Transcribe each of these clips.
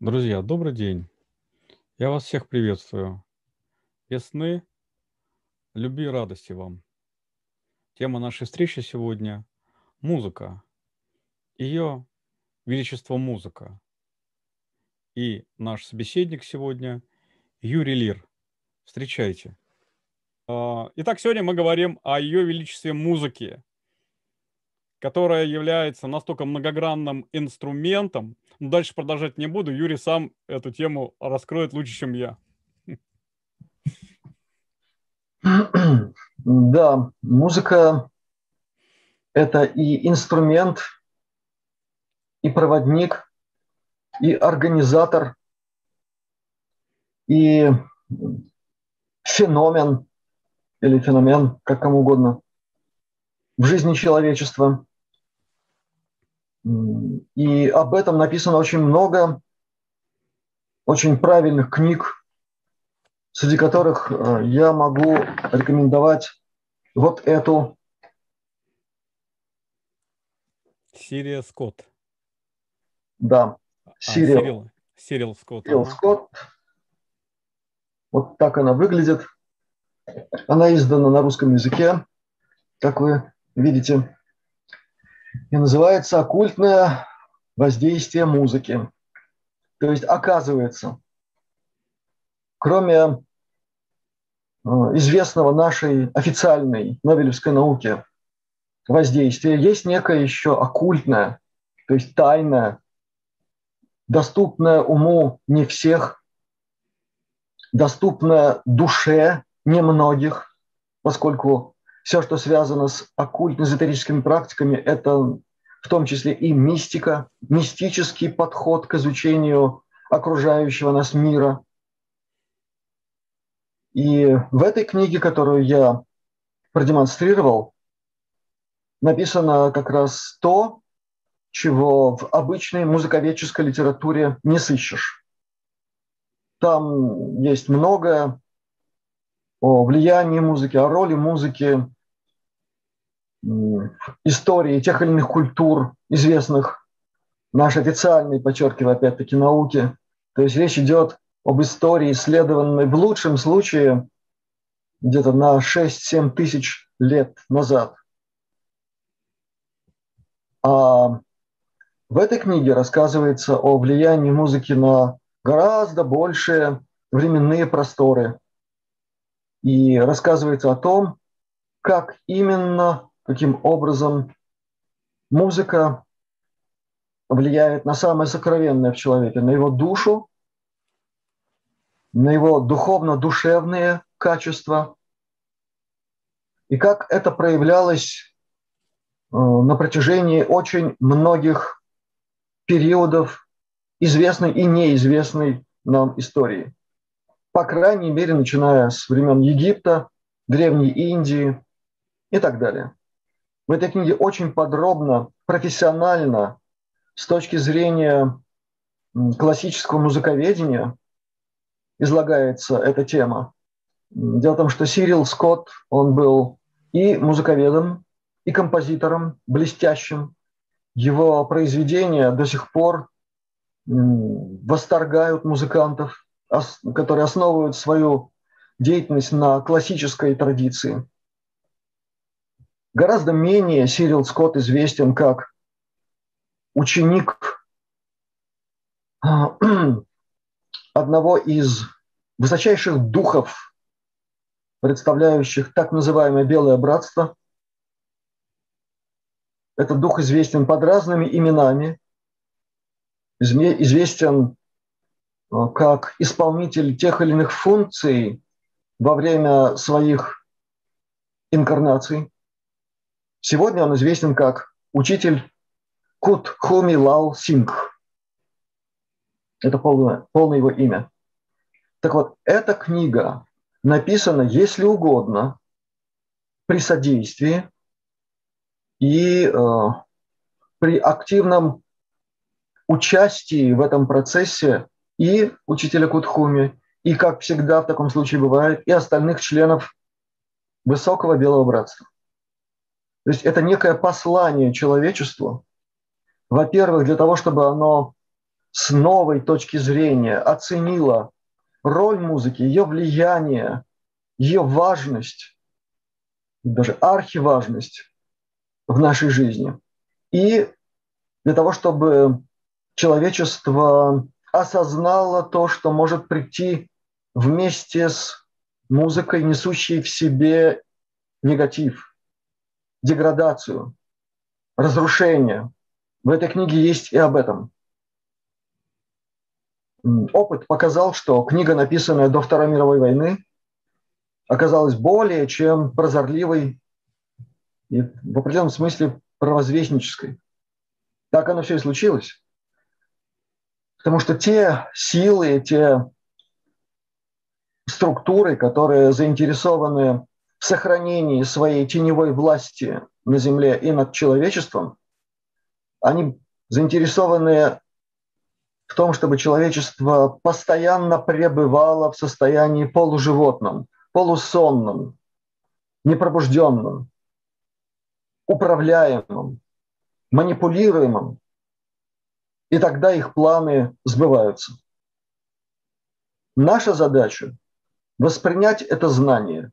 Друзья, добрый день. Я вас всех приветствую. Весны, любви и радости вам. Тема нашей встречи сегодня — музыка. Ее величество музыка. И наш собеседник сегодня — Юрий Лир. Встречайте. Итак, сегодня мы говорим о ее величестве музыки, которая является настолько многогранным инструментом. Но дальше продолжать не буду. Юрий сам эту тему раскроет лучше, чем я. Да, музыка – это и инструмент, и проводник, и организатор, и феномен, или феномен, как кому угодно, в жизни человечества. И об этом написано очень много очень правильных книг, среди которых я могу рекомендовать вот эту. Сирия Скотт. Да, Сирил Скотт. Сирил Ага. Скотт. Вот так она выглядит. Она издана на русском языке, как вы видите, и называется «Оккультное воздействие музыки». То есть, оказывается, кроме известного нашей официальной нобелевской науке воздействия, есть некое еще оккультное, то есть тайное, доступное уму не всех, доступное душе немногих, поскольку все, что связано с оккультно-эзотерическими практиками, это в том числе и мистика, мистический подход к изучению окружающего нас мира. И в этой книге, которую я продемонстрировал, написано как раз то, чего в обычной музыковедческой литературе не сыщешь. Там есть многое о влиянии музыки, о роли музыки, истории тех или иных культур, известных нашей официальной, подчеркиваю, опять-таки, науки. То есть речь идет об истории, исследованной в лучшем случае где-то на 6-7 тысяч лет назад. А в этой книге рассказывается о влиянии музыки на гораздо большие временные просторы. И рассказывается о том, как именно, каким образом музыка влияет на самое сокровенное в человеке, на его душу, на его духовно-душевные качества, и как это проявлялось на протяжении очень многих периодов известной и неизвестной нам истории. По крайней мере, начиная с времен Египта, Древней Индии и так далее. В этой книге очень подробно, профессионально, с точки зрения классического музыковедения, излагается эта тема. Дело в том, что Сирил Скотт, он был и музыковедом, и композитором блестящим. Его произведения до сих пор восторгают музыкантов, которые основывают свою деятельность на классической традиции. Гораздо менее Сирил Скотт известен как ученик одного из высочайших духов, представляющих так называемое Белое Братство. Этот дух известен под разными именами. Известен как исполнитель тех или иных функций во время своих инкарнаций. Сегодня он известен как учитель Кутхуми Лал Сингх. Это полное его имя. Так вот, эта книга написана, если угодно, при содействии и при активном участии в этом процессе и учителя Кутхуми, и, как всегда в таком случае бывает, и остальных членов Высокого Белого Братства. То есть это некое послание человечеству, во-первых, для того, чтобы оно с новой точки зрения оценила роль музыки, ее влияние, ее важность, даже архиважность в нашей жизни. И для того, чтобы человечество осознало то, что может прийти вместе с музыкой, несущей в себе негатив, деградацию, разрушение. В этой книге есть и об этом. Опыт показал, что книга, написанная до Второй мировой войны, оказалась более чем прозорливой и в определенном смысле провозвестнической. Так оно все и случилось. Потому что те силы, те структуры, которые заинтересованы в сохранении своей теневой власти на Земле и над человечеством, они заинтересованы в том, чтобы человечество постоянно пребывало в состоянии полуживотном, полусонном, непробужденном, управляемом, манипулируемом, и тогда их планы сбываются. Наша задача – воспринять это знание,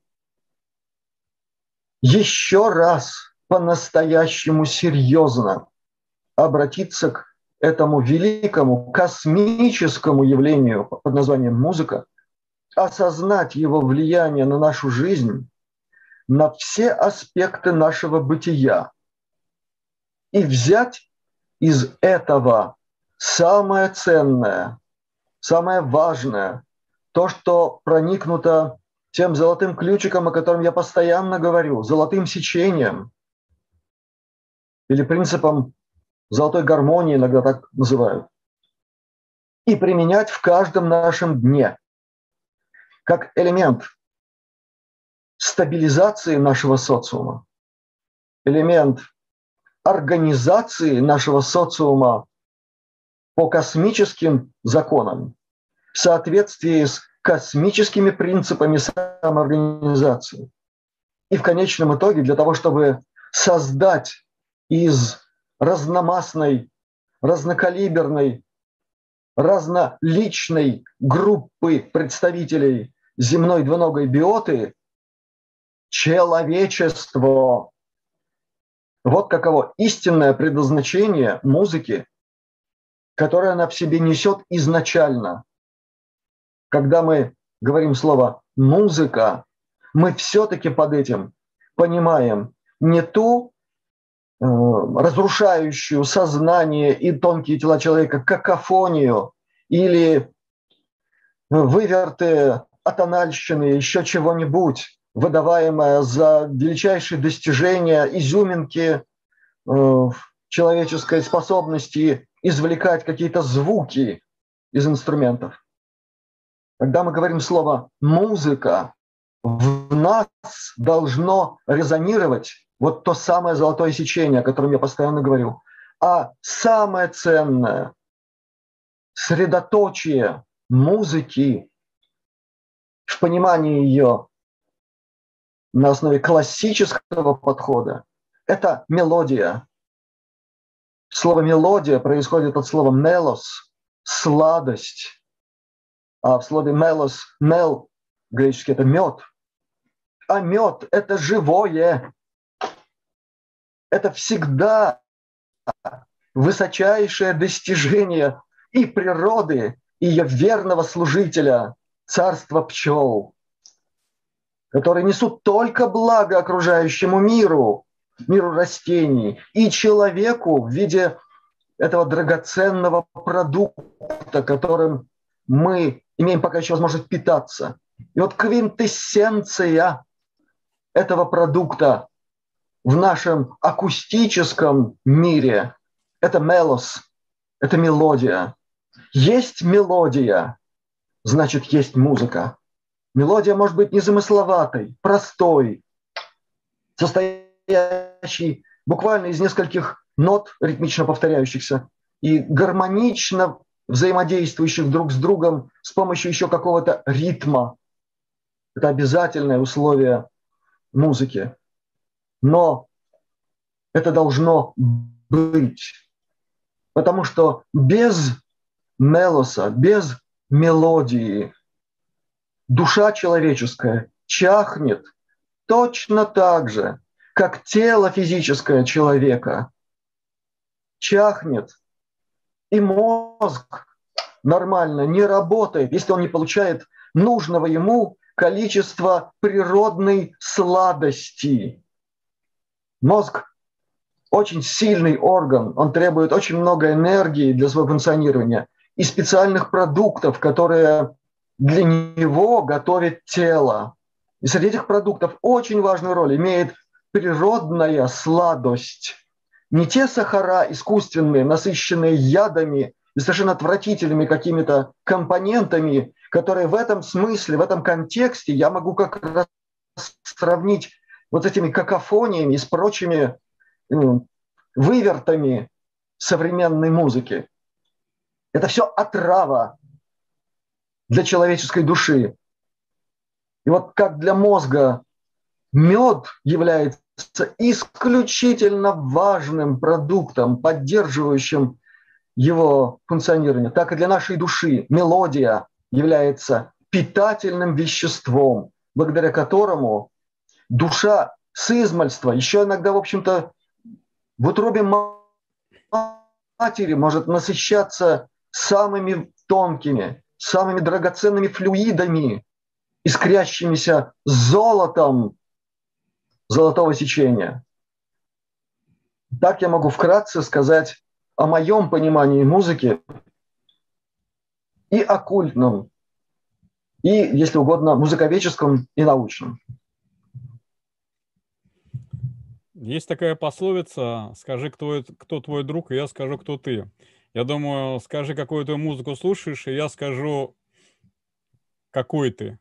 еще раз по-настоящему серьезно обратиться к этому великому космическому явлению под названием музыка, осознать его влияние на нашу жизнь, на все аспекты нашего бытия и взять из этого самое ценное, самое важное, то, что проникнуто тем золотым ключиком, о котором я постоянно говорю, золотым сечением или принципом золотой гармонии, иногда так называют, и применять в каждом нашем дне как элемент стабилизации нашего социума, элемент организации нашего социума по космическим законам, в соответствии с космическими принципами самоорганизации. И в конечном итоге для того, чтобы создать из разномастной, разнокалиберной, разноличной группы представителей земной двуногой биоты человечество. Вот каково истинное предназначение музыки, которое она в себе несет изначально. Когда мы говорим слово «музыка», мы все-таки под этим понимаем не ту разрушающую сознание и тонкие тела человека какофонию или выверты атональщины, еще чего-нибудь, выдаваемое за величайшие достижения, изюминки человеческой способности извлекать какие-то звуки из инструментов. Когда мы говорим слово «музыка», в нас должно резонировать вот то самое золотое сечение, о котором я постоянно говорю. А самое ценное средоточие музыки в понимании ее на основе классического подхода – это мелодия. Слово «мелодия» происходит от слова «мелос» – сладость. А в слове «мелос» – «мел» греческий – это мед. А мед – это живое. Это всегда высочайшее достижение и природы, и ее верного служителя, царства пчел, которые несут только благо окружающему миру, миру растений и человеку в виде этого драгоценного продукта, которым мы имеем пока еще возможность питаться. И вот квинтэссенция этого продукта в нашем акустическом мире – это мелос, это мелодия. Есть мелодия, значит, есть музыка. Мелодия может быть незамысловатой, простой, состоящей буквально из нескольких нот, ритмично повторяющихся, и гармонично взаимодействующих друг с другом с помощью еще какого-то ритма. Это обязательное условие музыки. Но это должно быть. Потому что без мелоса, без мелодии, душа человеческая чахнет точно так же, как тело физическое человека чахнет, и мозг нормально не работает, если он не получает нужного ему количества природной сладости. Мозг очень сильный орган, он требует очень много энергии для своего функционирования и специальных продуктов, которые для него готовит тело. И среди этих продуктов очень важную роль имеет природная сладость. Не те сахара искусственные, насыщенные ядами и совершенно отвратительными какими-то компонентами, которые в этом смысле, в этом контексте я могу как раз сравнить вот этими какофониями и с прочими вывертами современной музыки. Это все отрава для человеческой души. И вот как для мозга мед является исключительно важным продуктом, поддерживающим его функционирование, так и для нашей души мелодия является питательным веществом, благодаря которому душа с измальства, еще иногда, в общем-то, в утробе матери может насыщаться самыми тонкими, самыми драгоценными флюидами, искрящимися золотом золотого сечения. Так я могу вкратце сказать о моем понимании музыки и оккультном, и, если угодно, музыковедческом и научном. Есть такая пословица: скажи, кто твой друг, и я скажу, кто ты. Я думаю, скажи, какую ты музыку слушаешь, и я скажу, какой ты.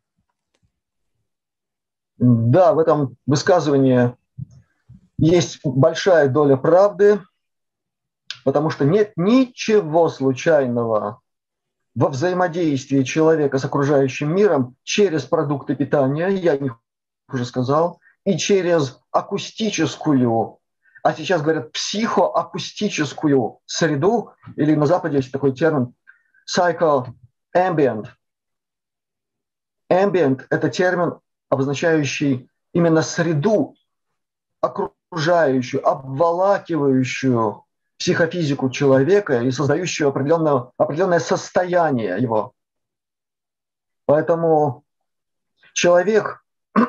Да, в этом высказывании есть большая доля правды, потому что нет ничего случайного во взаимодействии человека с окружающим миром через продукты питания, я не уже сказал, и через акустическую, а сейчас говорят психоакустическую среду, или на Западе есть такой термин psycho-ambient. Ambient – это термин, обозначающий именно среду, окружающую, обволакивающую психофизику человека и создающую определенное состояние его. Поэтому человек,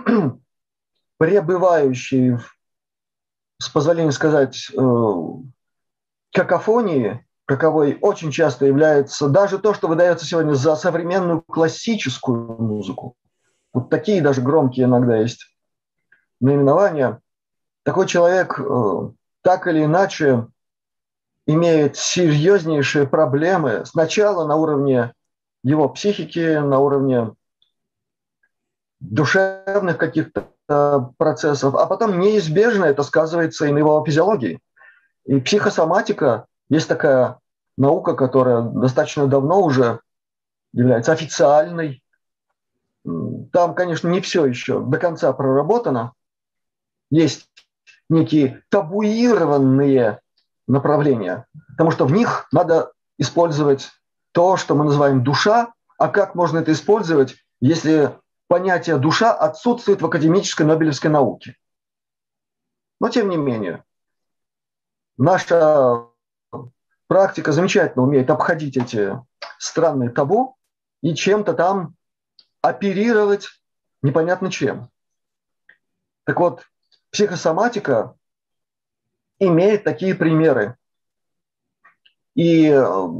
пребывающий с позволения сказать, какофонии, каковой очень часто является даже то, что выдается сегодня за современную классическую музыку. Вот такие даже громкие иногда есть наименования. Такой человек так или иначе имеет серьезнейшие проблемы сначала на уровне его психики, на уровне душевных каких-то процессов, а потом неизбежно это сказывается и на его физиологии. И психосоматика, есть такая наука, которая достаточно давно уже является официальной. Там, конечно, не все еще до конца проработано. Есть некие табуированные направления, потому что в них надо использовать то, что мы называем душа. А как можно это использовать, если понятие душа отсутствует в академической Нобелевской науке? Но тем не менее, наша практика замечательно умеет обходить эти странные табу и чем-то там оперировать непонятно чем. Так вот, психосоматика имеет такие примеры. И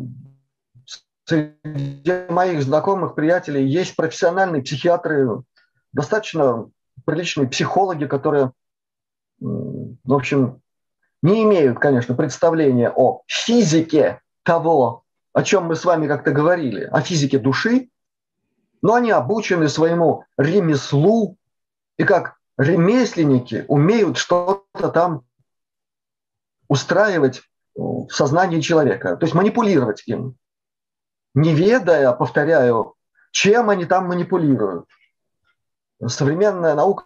среди моих знакомых, приятелей есть профессиональные психиатры, достаточно приличные психологи, которые, в общем, не имеют, конечно, представления о физике того, о чем мы с вами как-то говорили, о физике души, но они обучены своему ремеслу, и как ремесленники умеют что-то там устраивать в сознании человека, то есть манипулировать им, не ведая, повторяю, чем они там манипулируют. Современная наука,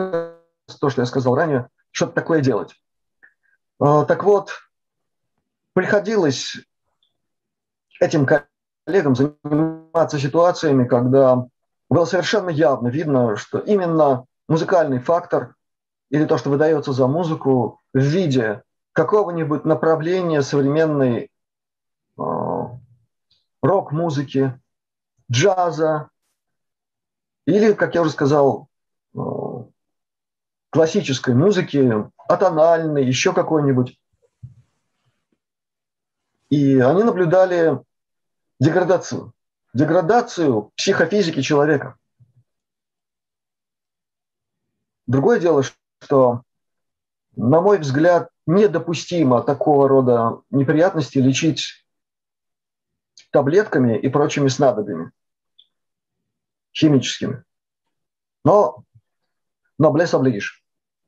то, что я сказал ранее, что-то такое делать. Так вот, приходилось этим коллегам заниматься ситуациями, когда было совершенно явно видно, что именно музыкальный фактор или то, что выдается за музыку в виде какого-нибудь направления современной рок-музыки, джаза или, как я уже сказал, классической музыки, атональной, еще какой-нибудь. И они наблюдали деградацию психофизики человека. Другое дело, что, на мой взгляд, недопустимо такого рода неприятности лечить таблетками и прочими снадобьями химическими. Но noblesse oblige.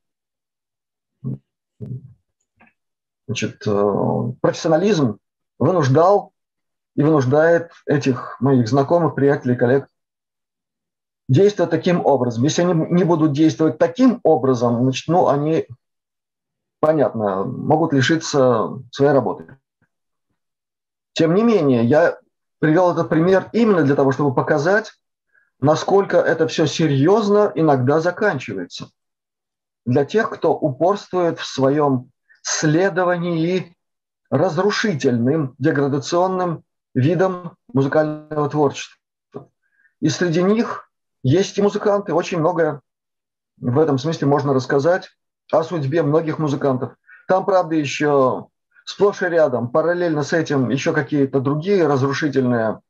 Значит, профессионализм вынуждал и вынуждает этих моих знакомых, приятелей, коллег действовать таким образом. Если они не будут действовать таким образом, значит, они, понятно, могут лишиться своей работы. Тем не менее, я привел этот пример именно для того, чтобы показать, насколько это все серьезно иногда заканчивается. Для тех, кто упорствует в своем следовании разрушительным, деградационным видом музыкального творчества. И среди них есть и музыканты. Очень много в этом смысле можно рассказать о судьбе многих музыкантов. Там, правда, еще сплошь и рядом, параллельно с этим, еще какие-то другие разрушительные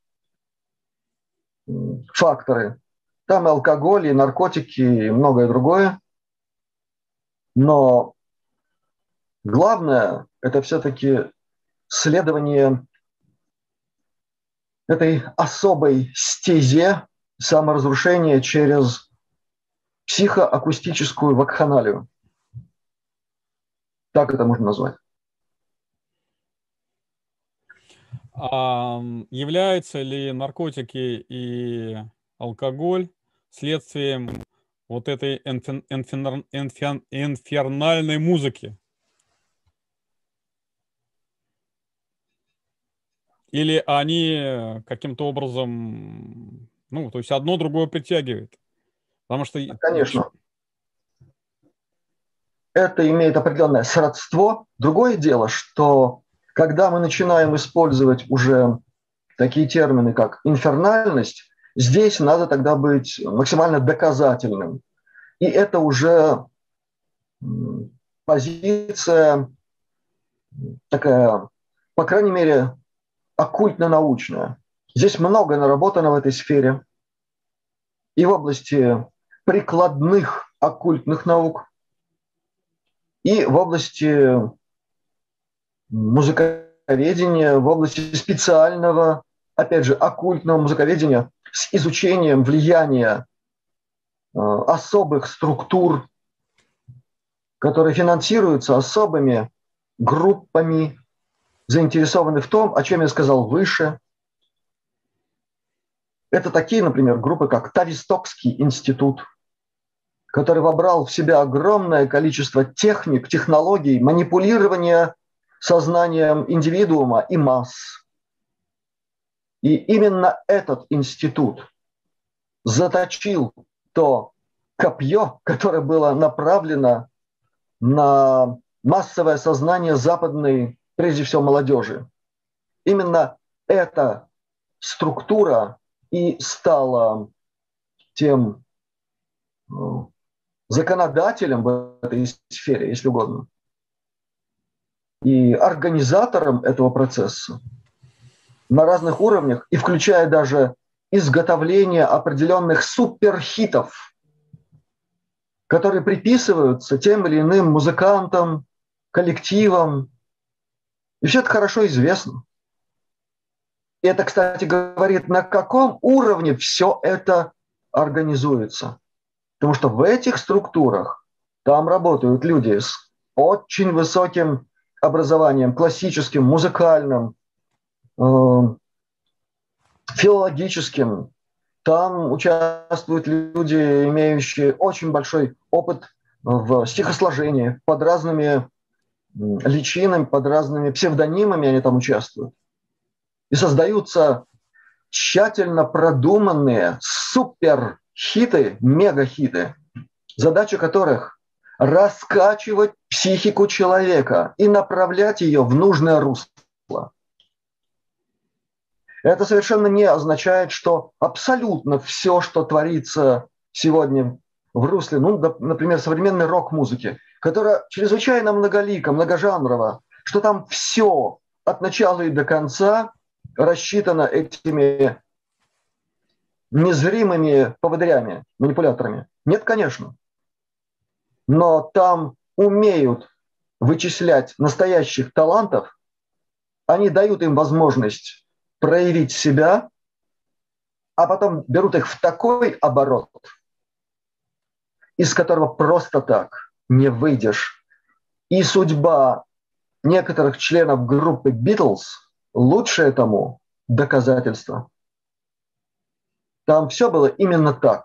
факторы. Там и алкоголь, и наркотики, и многое другое. Но главное – это все-таки следование этой особой стезе саморазрушения через психоакустическую вакханалию. Так это можно назвать. А являются ли наркотики и алкоголь следствием вот этой инфернальной музыки? Или они каким-то образом, то есть одно другое притягивает? Потому что... Конечно. Это имеет определенное сродство. Другое дело, что когда мы начинаем использовать уже такие термины, как инфернальность, здесь надо тогда быть максимально доказательным. И это уже позиция такая, по крайней мере, оккультно-научная. Здесь много наработано в этой сфере. И в области прикладных оккультных наук, и в области музыковедения, в области специального, опять же, оккультного музыковедения с изучением влияния особых структур, которые финансируются особыми группами, заинтересованы в том, о чем я сказал выше. Это такие, например, группы, как Тавистокский институт, который вобрал в себя огромное количество техник, технологий, манипулирования сознанием индивидуума и масс. И именно этот институт заточил то копье, которое было направлено на массовое сознание западной, прежде всего, молодежи. Именно эта структура и стала тем законодателем в этой сфере, если угодно, и организатором этого процесса на разных уровнях, и включая даже изготовление определенных суперхитов, которые приписываются тем или иным музыкантам, коллективам. И все это хорошо известно. И это, кстати, говорит, на каком уровне все это организуется. Потому что в этих структурах там работают люди с очень высоким образованием, классическим, музыкальным, филологическим. Там участвуют люди, имеющие очень большой опыт в стихосложении, под разными личинами, под разными псевдонимами они там участвуют. И создаются тщательно продуманные суперхиты, мегахиты, задача которых раскачивать психику человека и направлять ее в нужное русло. Это совершенно не означает, что абсолютно все, что творится сегодня в русле, например, современной рок-музыки, которая чрезвычайно многолика, многожанрова, что там все от начала и до конца рассчитано этими незримыми поводырями, манипуляторами. Нет, конечно. Но там умеют вычислять настоящих талантов, они дают им возможность проявить себя, а потом берут их в такой оборот, из которого просто так не выйдешь. И судьба некоторых членов группы Beatles лучшее тому доказательство. Там все было именно так.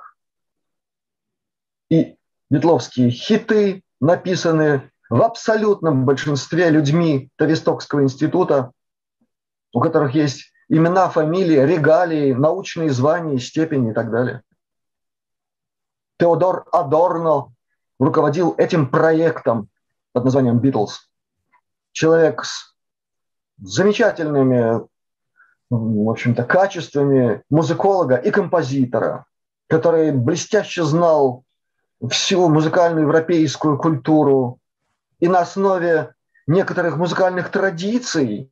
И битловские хиты написаны в абсолютном большинстве людьми Тавистокского института, у которых есть имена, фамилии, регалии, научные звания, степени и так далее. Теодор Адорно руководил этим проектом под названием «Beatles». Человек с замечательными, в общем-то, качествами музыколога и композитора, который блестяще знал всю музыкальную европейскую культуру и на основе некоторых музыкальных традиций,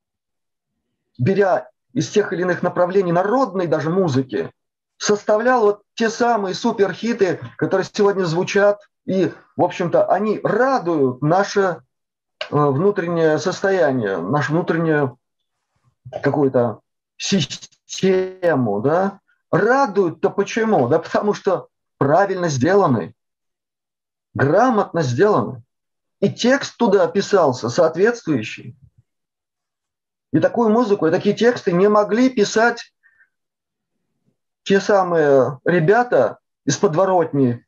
беря из тех или иных направлений народной даже музыки, составлял вот те самые суперхиты, которые сегодня звучат, и, в общем-то, они радуют наше внутреннее состояние, нашу внутреннюю какую-то систему, да? Радуют-то почему? Да потому что правильно сделаны, грамотно сделаны. И текст туда писался соответствующий. И такую музыку, и такие тексты не могли писать те самые ребята из подворотни,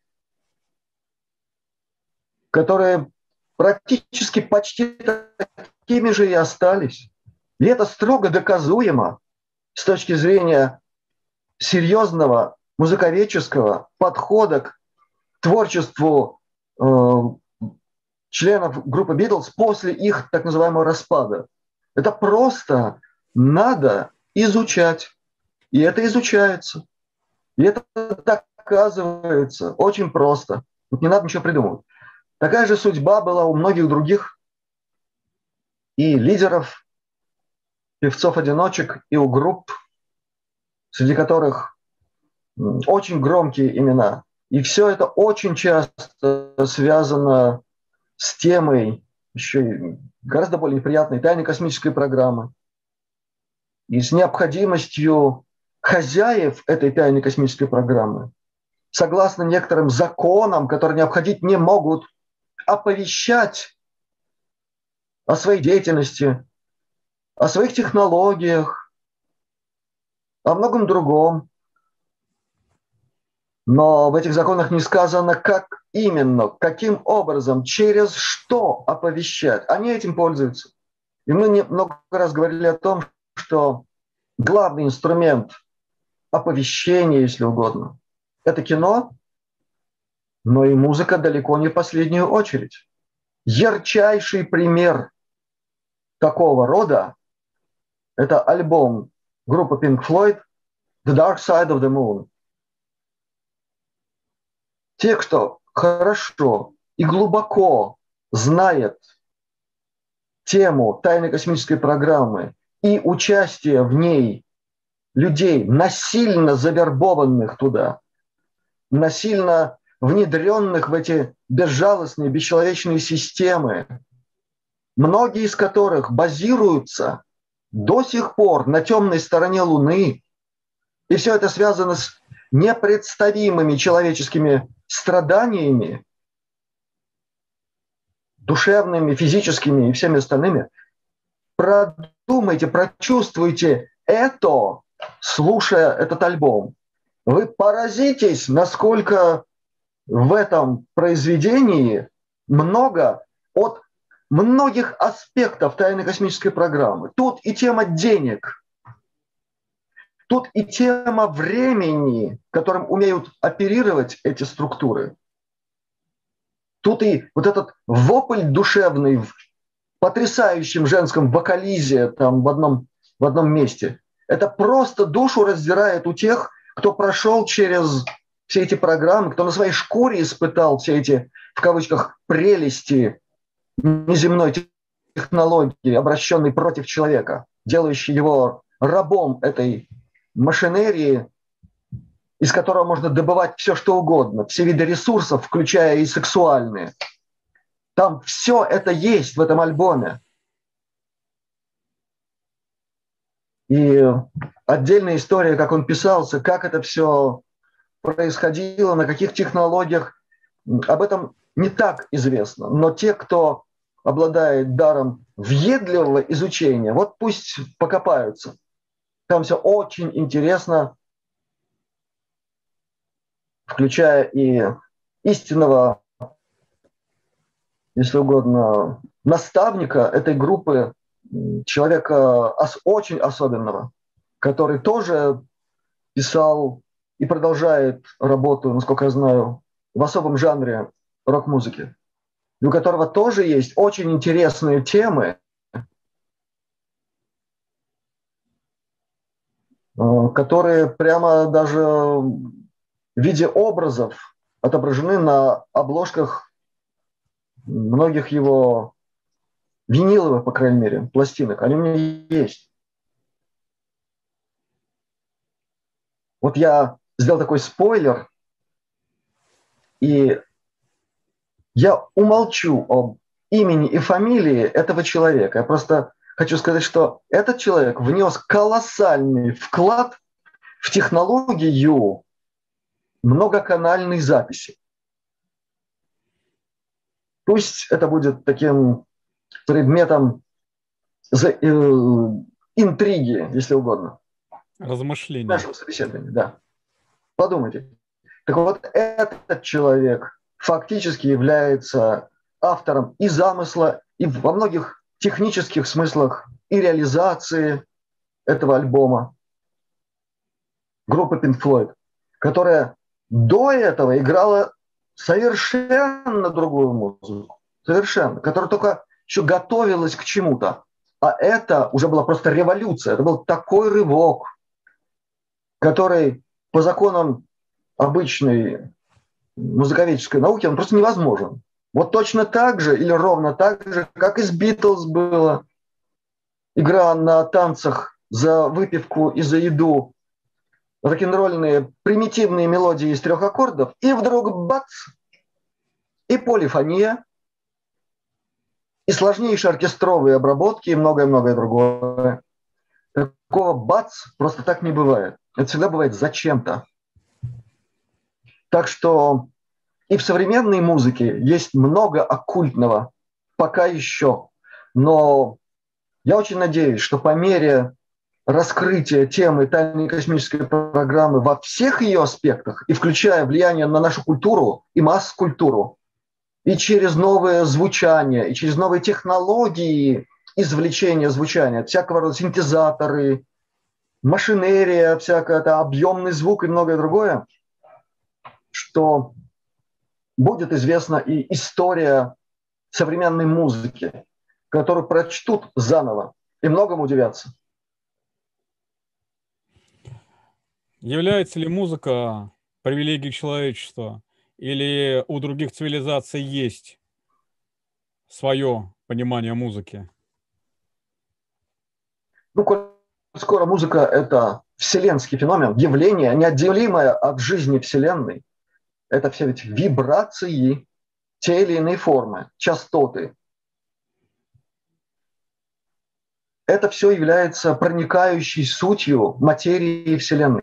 которые практически почти такими же и остались. И это строго доказуемо с точки зрения серьезного музыковедческого подхода к творчеству членов группы Beatles после их так называемого распада. Это просто надо изучать. И это изучается. И это доказывается очень просто. Тут не надо ничего придумывать. Такая же судьба была у многих других и лидеров, певцов-одиночек, и у групп, среди которых очень громкие имена. И все это очень часто связано с темой еще и гораздо более неприятной тайной космической программы и с необходимостью хозяев этой тайной космической программы, согласно некоторым законам, которые необходить не могут, оповещать о своей деятельности, о своих технологиях, о многом другом. Но в этих законах не сказано, как именно, каким образом, через что оповещать. Они этим пользуются. И мы много раз говорили о том, что главный инструмент оповещения, если угодно, это кино, но и музыка далеко не в последнюю очередь. Ярчайший пример такого рода – это альбом группы Pink Floyd «The Dark Side of the Moon». Те, кто хорошо и глубоко знает тему тайной космической программы и участие в ней людей, насильно завербованных туда, насильно внедренных в эти безжалостные, бесчеловечные системы, многие из которых базируются до сих пор на темной стороне Луны. И все это связано с непредставимыми человеческими страданиями, душевными, физическими и всеми остальными. Продумайте, прочувствуйте это, слушая этот альбом. Вы поразитесь, насколько в этом произведении много от многих аспектов тайной космической программы. Тут и тема денег, тут и тема времени, которым умеют оперировать эти структуры. Тут и вот этот вопль душевный в потрясающем женском вокализе там в одном месте. Это просто душу раздирает у тех, кто прошел через все эти программы, кто на своей шкуре испытал все эти, в кавычках, прелести неземной технологии, обращенной против человека, делающей его рабом этой машинерии, из которого можно добывать все, что угодно, все виды ресурсов, включая и сексуальные. Там все это есть в этом альбоме. И отдельная история, как он писался, как это все происходило, на каких технологиях, об этом не так известно. Но те, кто обладает даром въедливого изучения, вот пусть покопаются. Там все очень интересно, включая и истинного, если угодно, наставника этой группы, человека очень особенного, который тоже писал и продолжает работу, насколько я знаю, в особом жанре рок-музыки, у которого тоже есть очень интересные темы, которые прямо даже в виде образов отображены на обложках многих его виниловых, по крайней мере, пластинок. Они у меня есть. Вот я сделал такой спойлер, и я умолчу об имени и фамилии этого человека. Я просто хочу сказать, что этот человек внес колоссальный вклад в технологию многоканальной записи. Пусть это будет таким предметом интриги, если угодно. Размышлений. Нашего собеседования, да. Подумайте. Так вот, этот человек фактически является автором и замысла, и во многих технических смыслах и реализации этого альбома группы Pink Floyd, которая до этого играла совершенно другую музыку, совершенно, которая только еще готовилась к чему-то. А это уже была просто революция, это был такой рывок, который по законам обычной музыковедческой науки он просто невозможен. Вот точно так же или ровно так же, как и с Битлз было. Игра на танцах за выпивку и за еду, рок-н-ролльные примитивные мелодии из 3 аккордов, и вдруг бац, и полифония, и сложнейшие оркестровые обработки, и многое-многое другое. Такого бац просто так не бывает. Это всегда бывает зачем-то. Так что и в современной музыке есть много оккультного, пока еще. Но я очень надеюсь, что по мере раскрытия темы тайной космической программы во всех ее аспектах, и включая влияние на нашу культуру и масс-культуру, и через новое звучание, и через новые технологии извлечения звучания, всякого рода синтезаторы, машинерия, всякое это, объемный звук и многое другое, что будет известна и история современной музыки, которую прочтут заново и многому удивятся. Является ли музыка привилегией человечества? Или у других цивилизаций есть свое понимание музыки? Ну, скоро музыка – это вселенский феномен, явление, неотделимое от жизни Вселенной. Это все ведь вибрации, те или иные формы, частоты. Это все является проникающей сутью материи Вселенной.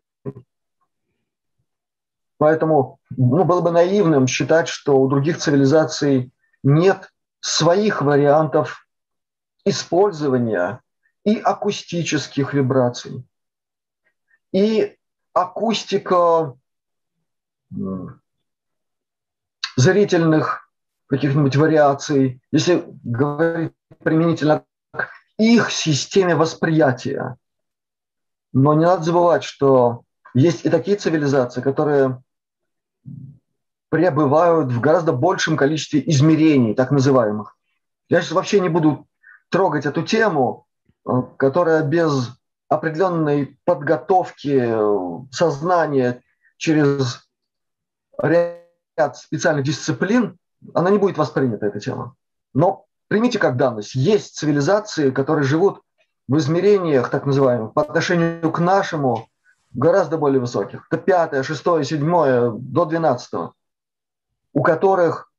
Поэтому было бы наивным считать, что у других цивилизаций нет своих вариантов использования и акустических вибраций, и акустика зрительных каких-нибудь вариаций, если говорить применительно к их системе восприятия. Но не надо забывать, что есть и такие цивилизации, которые пребывают в гораздо большем количестве измерений, так называемых. Я сейчас вообще не буду трогать эту тему, которая без определенной подготовки сознания через ряд специальных дисциплин, она не будет воспринята, эта тема. Но примите как данность. Есть цивилизации, которые живут в измерениях, так называемых, по отношению к нашему, гораздо более высоких. Это 5, 6, 7, до 12, у которых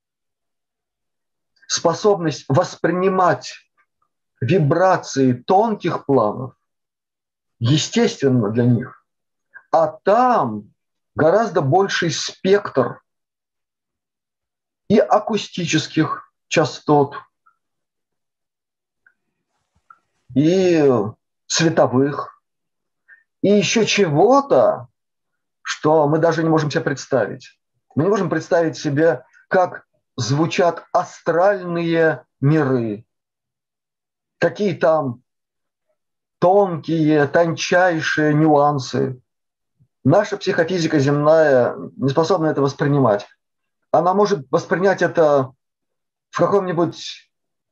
способность воспринимать вибрации тонких планов естественно для них. А там гораздо больший спектр и акустических частот, и световых, и еще чего-то, что мы даже не можем себе представить. Мы не можем представить себе, как звучат астральные миры, какие там тонкие, тончайшие нюансы. Наша психофизика земная не способна это воспринимать. Она может воспринять это в каком-нибудь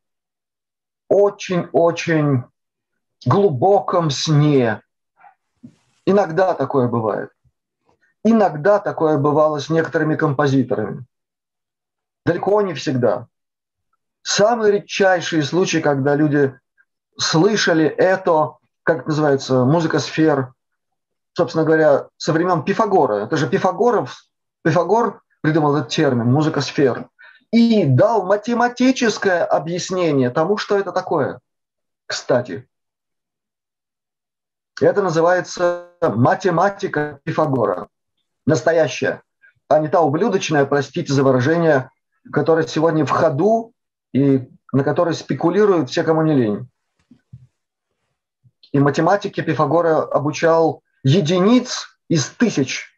очень-очень глубоком сне. Иногда такое бывает. Иногда такое бывало с некоторыми композиторами. Далеко не всегда. Самые редчайшие случаи, когда люди слышали это, как это называется, музыка сфер, собственно говоря, со времен Пифагора. Это же Пифагор придумал этот термин «музыка сфер» и дал математическое объяснение тому, что это такое. Кстати, это называется математика Пифагора. Настоящая, а не та ублюдочная, простите за выражение, которая сегодня в ходу и на которой спекулируют все, кому не лень. И математике Пифагора обучал единиц из тысяч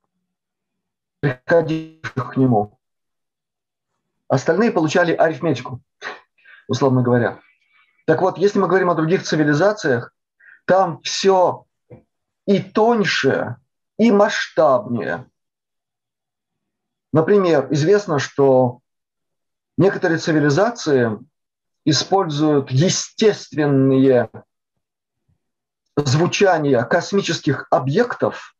приходивших к нему. Остальные получали арифметику, условно говоря. Так вот, если мы говорим о других цивилизациях, там все и тоньше, и масштабнее. Например, известно, что некоторые цивилизации используют естественные звучания космических объектов,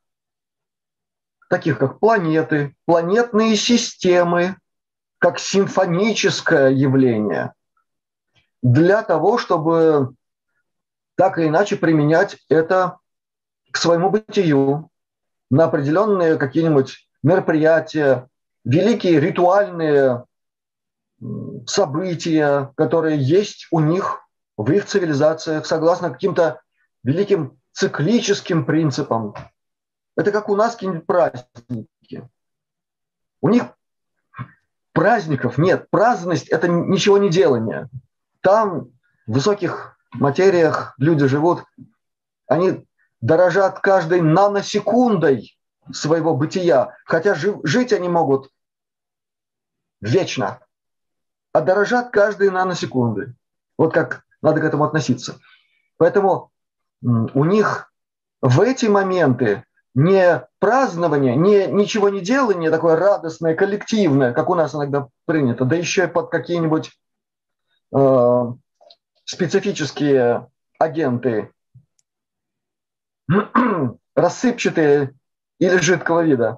таких как планеты, планетные системы, как симфоническое явление, для того, чтобы так или иначе применять это к своему бытию на определенные какие-нибудь мероприятия, великие ритуальные события, которые есть у них в их цивилизациях, согласно каким-то великим циклическим принципам. Это как у нас какие-нибудь праздники. У них праздников нет. Праздность – это ничего не делание. Там в высоких материях люди живут, они дорожат каждой наносекундой своего бытия, хотя жить они могут вечно, а дорожат каждой наносекунды. Вот как надо к этому относиться. Поэтому у них в эти моменты не празднование, не ничего не делание такое радостное, коллективное, как у нас иногда принято, да еще и под какие-нибудь специфические агенты, рассыпчатые или жидкого вида.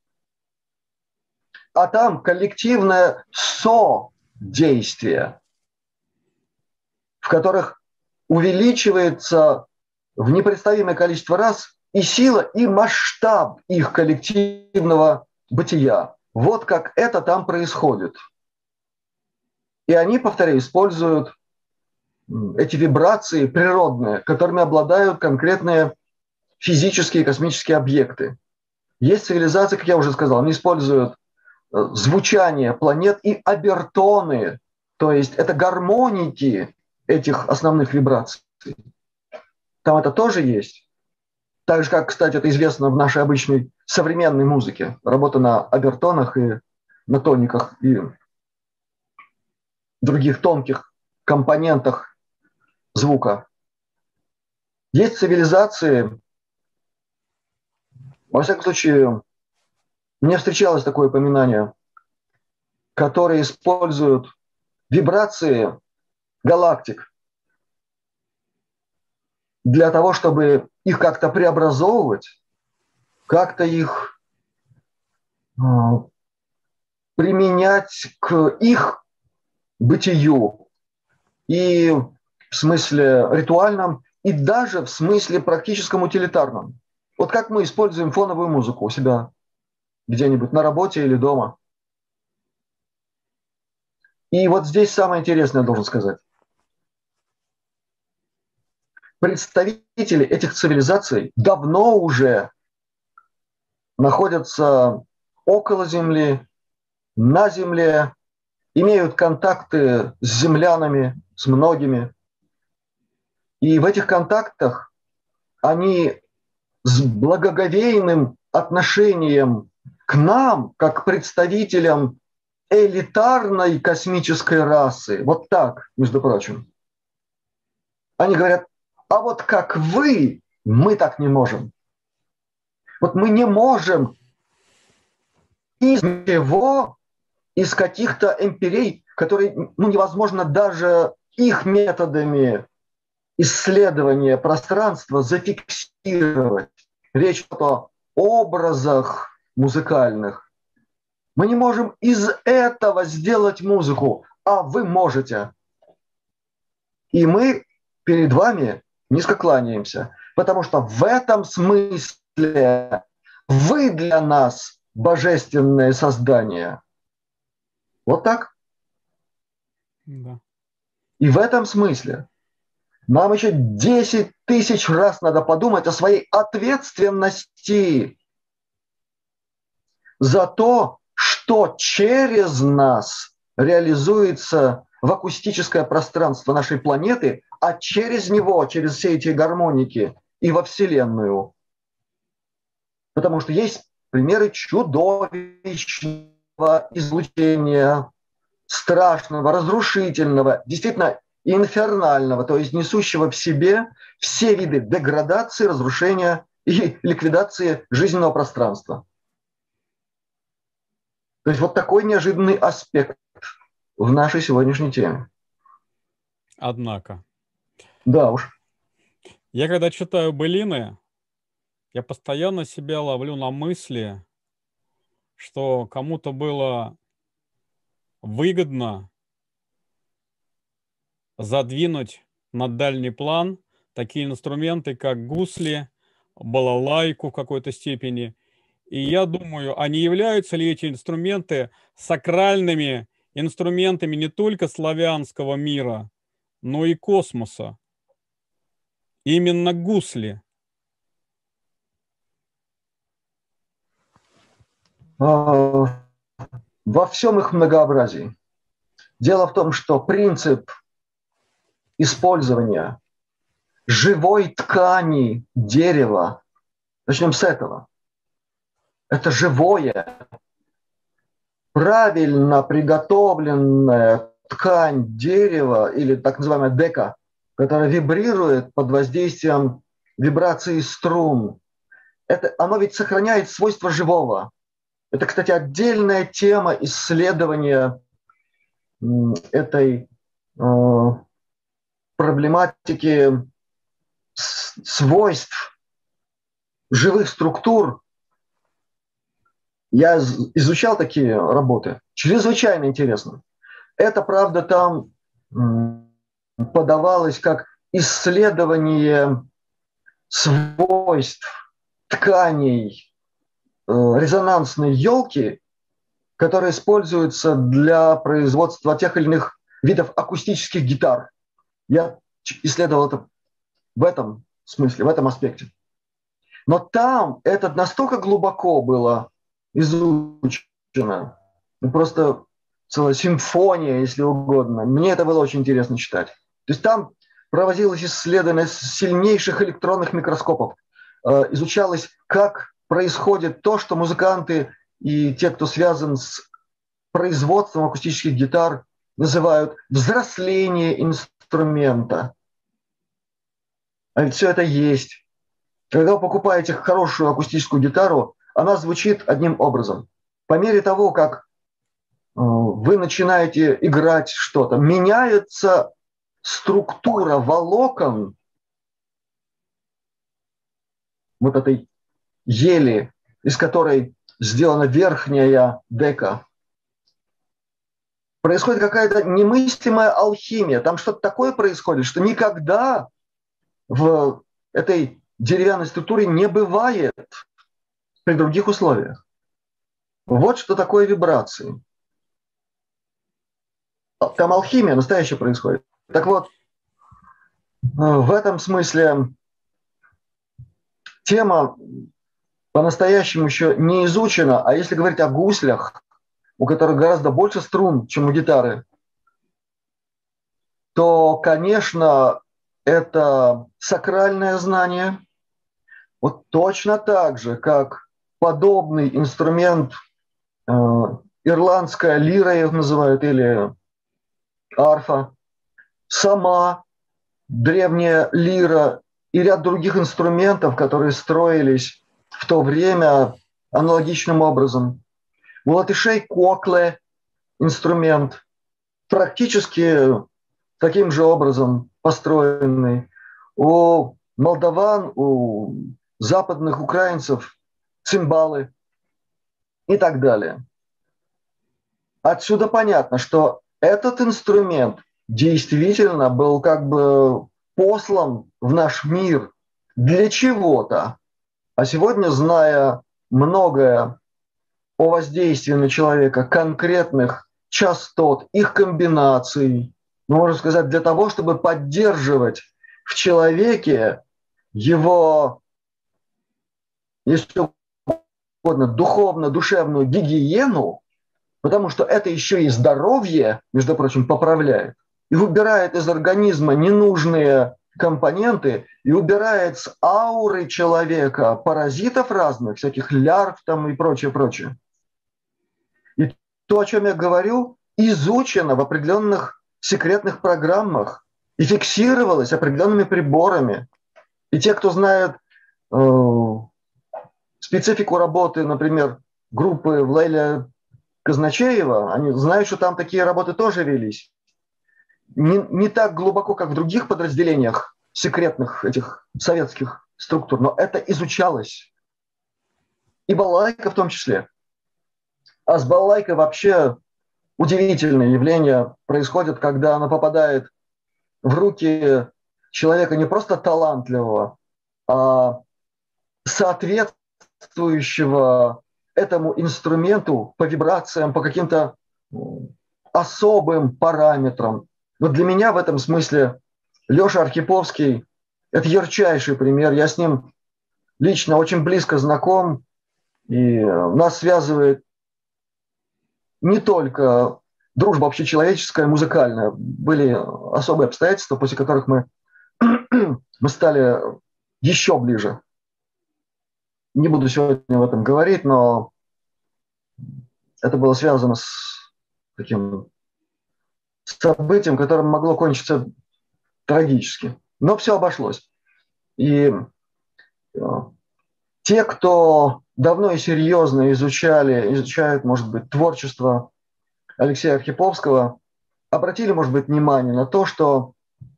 А там коллективное содействие, в которых увеличивается в непредставимое количество раз и сила, и масштаб их коллективного бытия. Вот как это там происходит. И они, повторяю, используют эти вибрации природные, которыми обладают конкретные физические космические объекты. Есть цивилизации, как я уже сказал, они используют звучание планет и обертоны, то есть это гармоники этих основных вибраций. Там это тоже есть. Так же, как, кстати, это известно в нашей обычной современной музыке. Работа на обертонах и на тониках и других тонких компонентах звука. Есть цивилизации, во всяком случае, мне встречалось такое упоминание, которые используют вибрации галактик для того, чтобы их как-то преобразовывать, как-то их применять к их бытию и в смысле ритуальном, и даже в смысле практическом утилитарном. Вот как мы используем фоновую музыку у себя где-нибудь на работе или дома. И вот здесь самое интересное, я должен сказать. Представители этих цивилизаций давно уже находятся около Земли, на Земле, имеют контакты с землянами, с многими. И в этих контактах они с благоговейным отношением к нам, как представителям элитарной космической расы, вот так, между прочим, они говорят, а вот как вы, мы так не можем. Вот мы не можем из него, из каких-то империй, которые невозможно даже их методами исследования пространства зафиксировать. Речь о образах музыкальных. Мы не можем из этого сделать музыку, а вы можете. И мы перед вами низко кланяемся, потому что в этом смысле вы для нас божественное создание. Вот так. Да. И в этом смысле нам еще 10 тысяч раз надо подумать о своей ответственности за то, что через нас реализуется в акустическое пространство нашей планеты, а через него, через все эти гармоники и во Вселенную. Потому что есть примеры чудовищного излучения, страшного, разрушительного, действительно инфернального, то есть несущего в себе все виды деградации, разрушения и ликвидации жизненного пространства. То есть вот такой неожиданный аспект в нашей сегодняшней теме. Однако. Да уж. Я когда читаю былины, я постоянно себя ловлю на мысли, что кому-то было выгодно задвинуть на дальний план такие инструменты, как гусли, балалайку в какой-то степени. И я думаю, а не являются ли эти инструменты сакральными инструментами не только славянского мира, но и космоса? Именно гусли. Во всем их многообразии. Дело в том, что принцип использования живой ткани дерева, начнем с этого, это живое, правильно приготовленная ткань дерева или так называемая дека, которая вибрирует под воздействием вибрации струн. Оно ведь сохраняет свойства живого. Это, кстати, отдельная тема исследования этой проблематики свойств живых структур. Я изучал такие работы. Чрезвычайно интересно. Это, правда, там подавалось как исследование свойств тканей резонансной елки, которые используются для производства тех или иных видов акустических гитар. Я исследовал это в этом смысле, в этом аспекте. Но там это настолько глубоко было изучено, просто целая симфония, если угодно. Мне это было очень интересно читать. То есть там проводилось исследование сильнейших электронных микроскопов, изучалось, как происходит то, что музыканты и те, кто связан с производством акустических гитар называют взросление инструмента. А ведь все это есть. Когда вы покупаете хорошую акустическую гитару, она звучит одним образом. По мере того, как вы начинаете играть что-то, меняется структура волокон вот этой ели, из которой сделана верхняя дека. Происходит какая-то немыслимая алхимия. Там что-то такое происходит, что никогда в этой деревянной структуре не бывает при других условиях. Вот что такое вибрации. Там алхимия настоящая происходит. Так вот, в этом смысле тема по-настоящему еще не изучена, а если говорить о гуслях, у которых гораздо больше струн, чем у гитары, то, конечно, это сакральное знание. Вот точно так же, как подобный инструмент, ирландская лира их называют, или арфа, сама древняя лира и ряд других инструментов, которые строились в то время аналогичным образом. У латышей кокле инструмент, практически таким же образом построенный. У молдаван, у западных украинцев цимбалы и так далее. Отсюда понятно, что этот инструмент действительно был как бы послан в наш мир для чего-то. А сегодня, зная многое о воздействии на человека конкретных частот, их комбинаций, можно сказать, для того, чтобы поддерживать в человеке его, если угодно, духовно-душевную гигиену, потому что это еще и здоровье, между прочим, поправляет, и убирает из организма ненужные компоненты, и убирает с ауры человека паразитов разных, всяких лярв там и прочее, прочее. И то, о чем я говорю, изучено в определенных секретных программах и фиксировалось определенными приборами. И те, кто знает специфику работы, например, группы Лейля Казначеева, они знают, что там такие работы тоже велись. Не так глубоко, как в других подразделениях секретных этих советских структур, но это изучалось. И балалайка в том числе. А с балалайкой вообще удивительное явление происходит, когда она попадает в руки человека не просто талантливого, а соответствующего этому инструменту по вибрациям, по каким-то особым параметрам. Вот для меня в этом смысле Леша Архиповский – это ярчайший пример. Я с ним лично очень близко знаком, и нас связывает не только дружба общечеловеческая, музыкальная. Были особые обстоятельства, после которых мы стали еще ближе. Не буду сегодня об этом говорить, но это было связано с таким событием, которым могло кончиться трагически. Но все обошлось. И те, кто давно и серьезно изучают, может быть, творчество Алексея Архиповского, обратили, может быть, внимание на то, что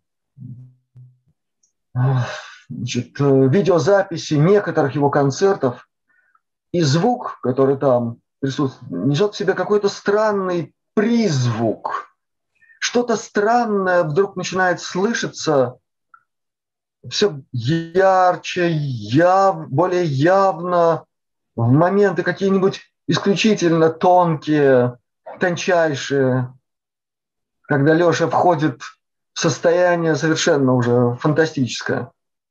видеозаписи некоторых его концертов и звук, который там присутствует, несет в себе какой-то странный призвук. Что-то странное вдруг начинает слышаться все ярче, более явно, в моменты какие-нибудь исключительно тонкие, тончайшие, когда Леша входит в состояние совершенно уже фантастическое.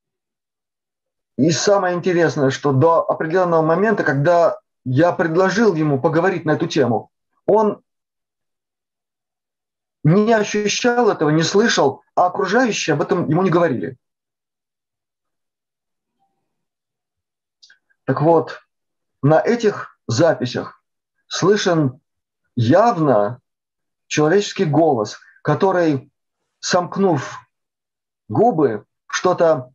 И самое интересное, что до определенного момента, когда я предложил ему поговорить на эту тему, он не ощущал этого, не слышал, а окружающие об этом ему не говорили. Так вот, на этих записях слышен явно человеческий голос, который, сомкнув губы, что-то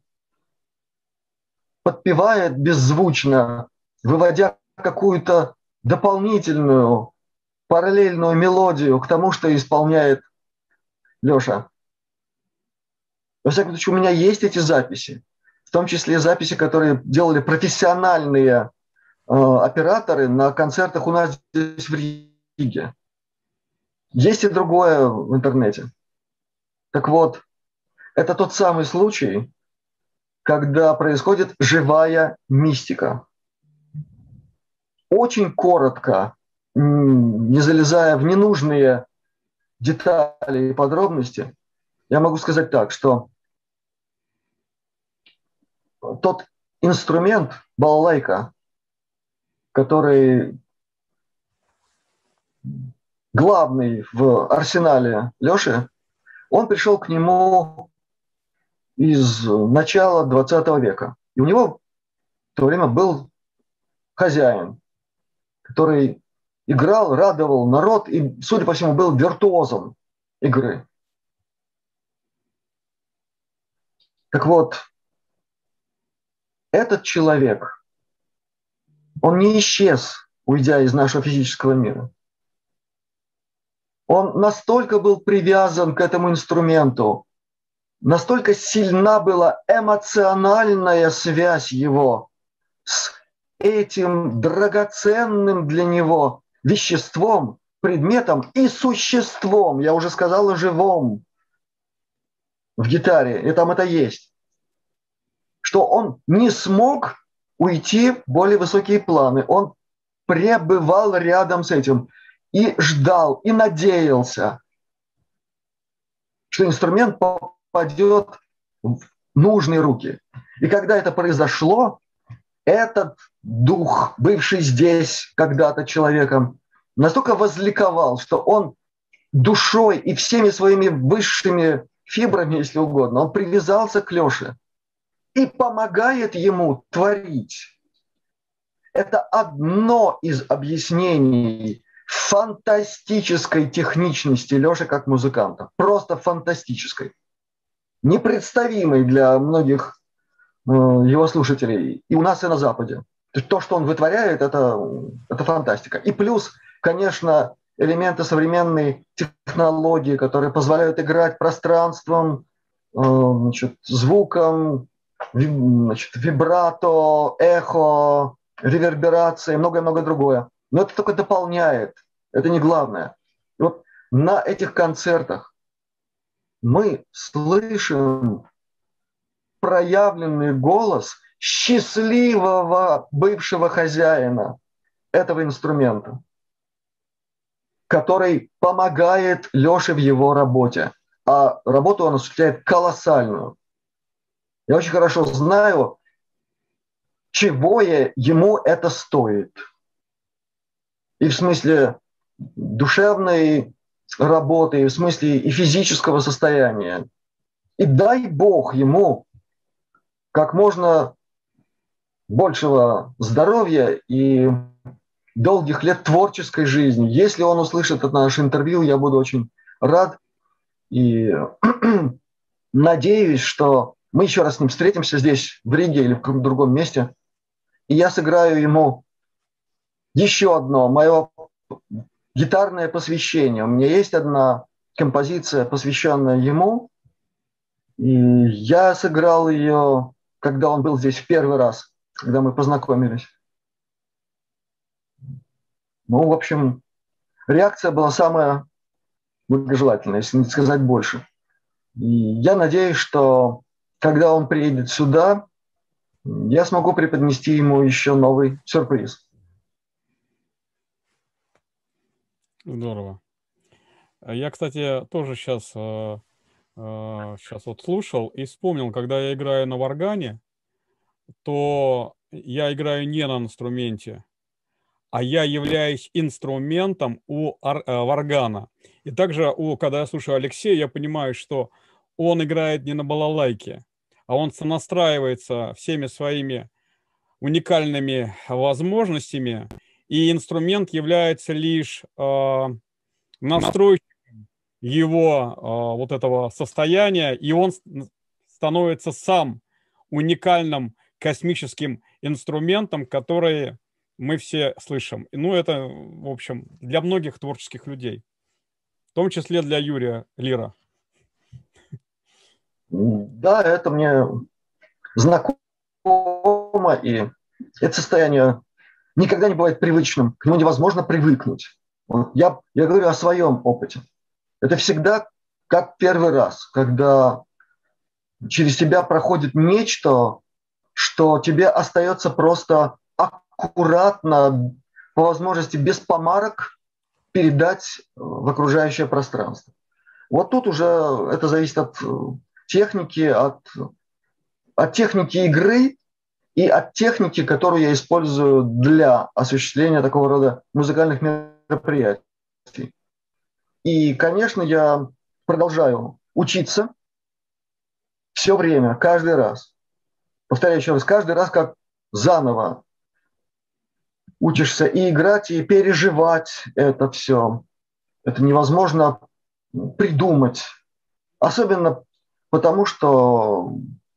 подпевает беззвучно, выводя какую-то дополнительную параллельную мелодию к тому, что исполняет Леша. Во всяком случае, у меня есть эти записи, в том числе записи, которые делали профессиональные операторы на концертах у нас здесь в Риге. Есть и другое в интернете. Так вот, это тот самый случай, когда происходит живая мистика. Очень коротко, не залезая в ненужные детали и подробности, я могу сказать так, что тот инструмент балалайка, который главный в арсенале Лёши, он пришел к нему из начала 20 века. И у него в то время был хозяин, который играл, радовал народ и, судя по всему, был виртуозом игры. Так вот, этот человек, он не исчез, уйдя из нашего физического мира. Он настолько был привязан к этому инструменту, настолько сильна была эмоциональная связь его с этим драгоценным для него веществом, предметом и существом, я уже сказал, живом в гитаре, и там это есть, что он не смог уйти в более высокие планы. Он пребывал рядом с этим и ждал, и надеялся, что инструмент попадет в нужные руки. И когда это произошло, этот дух, бывший здесь когда-то человеком, настолько возликовал, что он душой и всеми своими высшими фибрами, если угодно, он привязался к Лёше и помогает ему творить. Это одно из объяснений фантастической техничности Лёши как музыканта. Просто фантастической. Непредставимой для многих его слушателей. И у нас, и на Западе. То, что он вытворяет, это фантастика. И плюс, конечно, элементы современной технологии, которые позволяют играть пространством, звуком, вибрато, эхо, реверберация и многое-многое другое. Но это только дополняет, это не главное. И вот на этих концертах мы слышим проявленный голос счастливого бывшего хозяина этого инструмента, который помогает Лёше в его работе. А работу он осуществляет колоссальную. Я очень хорошо знаю, чего ему это стоит. И в смысле душевной работы, и в смысле и физического состояния. И дай Бог ему как можно большего здоровья и долгих лет творческой жизни. Если он услышит это наше интервью, я буду очень рад. И надеюсь, что мы еще раз с ним встретимся здесь, в Риге или в каком-то другом месте. И я сыграю ему еще одно мое гитарное посвящение. У меня есть одна композиция, посвященная ему. И я сыграл ее, когда он был здесь в первый раз, когда мы познакомились. Ну, в общем, реакция была самая благожелательная, если не сказать больше. И я надеюсь, что когда он приедет сюда, я смогу преподнести ему еще новый сюрприз. Здорово. Я, кстати, тоже сейчас вот слушал и вспомнил, когда я играю на варгане, то я играю не на инструменте, а я являюсь инструментом у варгана. И также, когда я слушаю Алексея, я понимаю, что он играет не на балалайке, а он сонастраивается всеми своими уникальными возможностями и инструмент является лишь настройщиком его вот этого состояния, и он становится сам уникальным космическим инструментом, который мы все слышим. Ну, это, в общем, для многих творческих людей, в том числе для Юрия Лира. Да, это мне знакомо, и это состояние никогда не бывает привычным, к нему невозможно привыкнуть. Я говорю о своем опыте. Это всегда как первый раз, когда через тебя проходит нечто, что тебе остается просто аккуратно, по возможности без помарок, передать в окружающее пространство. Вот тут уже это зависит от техники, от техники игры и от техники, которую я использую для осуществления такого рода музыкальных мероприятий. И, конечно, я продолжаю учиться все время, каждый раз. Повторяю еще раз, каждый раз как заново учишься и играть, и переживать это все. Это невозможно придумать. Особенно потому, что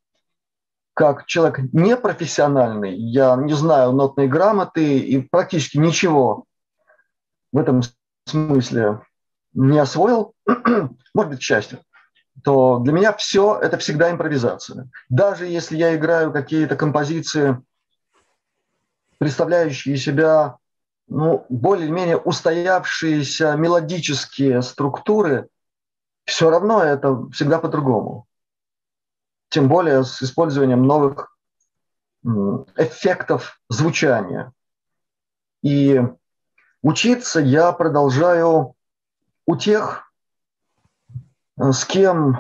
как человек непрофессиональный, я не знаю нотной грамоты и практически ничего в этом смысле не освоил, может быть, к счастью, то для меня все это всегда импровизация. Даже если я играю какие-то композиции, представляющие из себя более-менее устоявшиеся мелодические структуры, все равно это всегда по-другому. Тем более с использованием новых эффектов звучания. И учиться я продолжаю у тех, с кем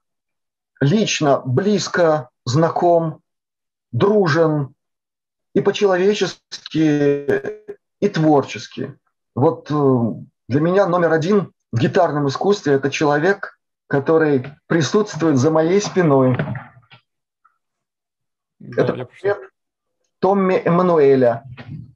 лично, близко знаком, дружен и по-человечески, и творчески. Вот для меня номер один в гитарном искусстве – это человек, который присутствует за моей спиной. Да, это портрет Томми Эммануэля.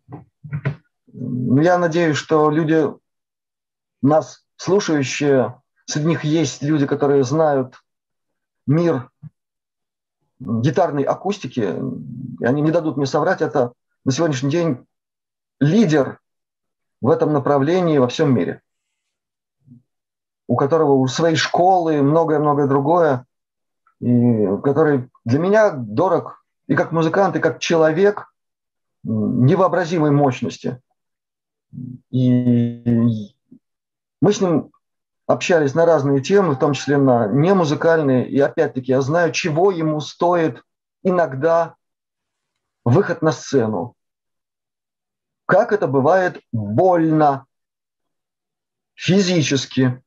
Я надеюсь, что люди, нас слушающие, среди них есть люди, которые знают мир гитарной акустики, и они не дадут мне соврать, это на сегодняшний день лидер в этом направлении во всем мире, у которого у своей школы многое-многое другое, и который для меня дорог и как музыкант, и как человек невообразимой мощности. И мы с ним общались на разные темы, в том числе на немузыкальные, и опять-таки я знаю, чего ему стоит иногда выход на сцену. Как это бывает больно, физически.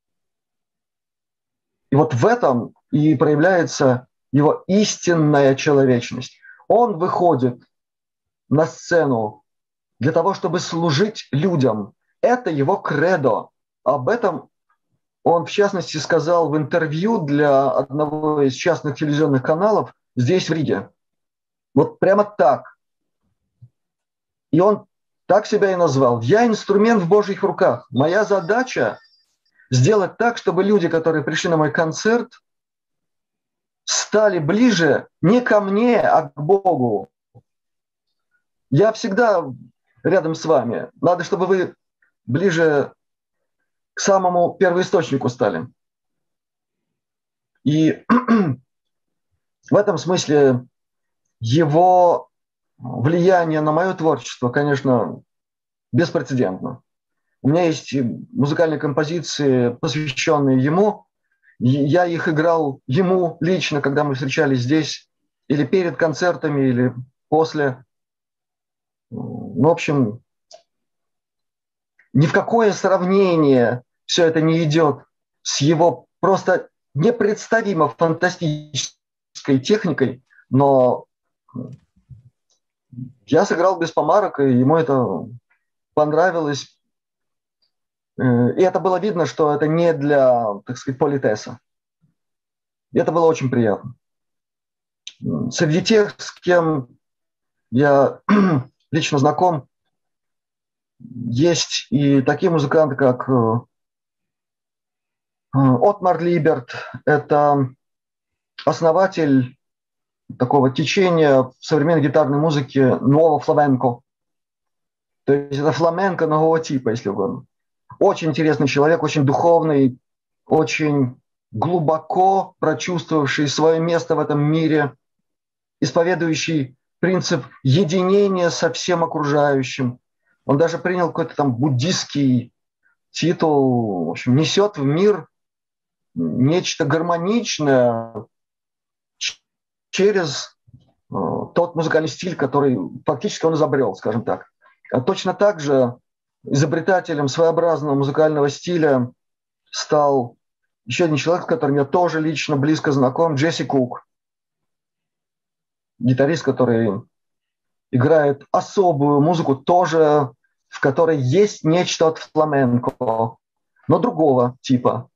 И вот в этом и проявляется его истинная человечность. Он выходит на сцену для того, чтобы служить людям. Это его кредо. Об этом он, в частности, сказал в интервью для одного из частных телевизионных каналов здесь, в Риге. Вот прямо так. И он так себя и назвал. «Я инструмент в Божьих руках. Моя задача сделать так, чтобы люди, которые пришли на мой концерт, стали ближе не ко мне, а к Богу. Я всегда рядом с вами. Надо, чтобы вы ближе к самому первоисточнику стали». И в этом смысле его влияние на мое творчество, конечно, беспрецедентно. У меня есть музыкальные композиции, посвященные ему. Я их играл ему лично, когда мы встречались здесь, или перед концертами, или после. В общем, ни в какое сравнение все это не идет с его просто непредставимо фантастической техникой, но я сыграл без помарок, и ему это понравилось. И это было видно, что это не для, так сказать, политеса. И это было очень приятно. Среди тех, с кем я лично знаком, Есть и такие музыканты, как Отмар Либерт. Это основатель такого течения в современной гитарной музыке нового фламенко. То есть это фламенко нового типа, если угодно. Очень интересный человек, очень духовный, очень глубоко прочувствовавший свое место в этом мире, исповедующий принцип единения со всем окружающим. Он даже принял какой-то там буддийский титул, в общем, несет в мир нечто гармоничное через тот музыкальный стиль, который фактически он изобрел, скажем так. А точно так же изобретателем своеобразного музыкального стиля стал еще один человек, с которым я тоже лично близко знаком, Джесси Кук, гитарист, который играет особую музыку, тоже в которой есть нечто от фламенко, но другого типа.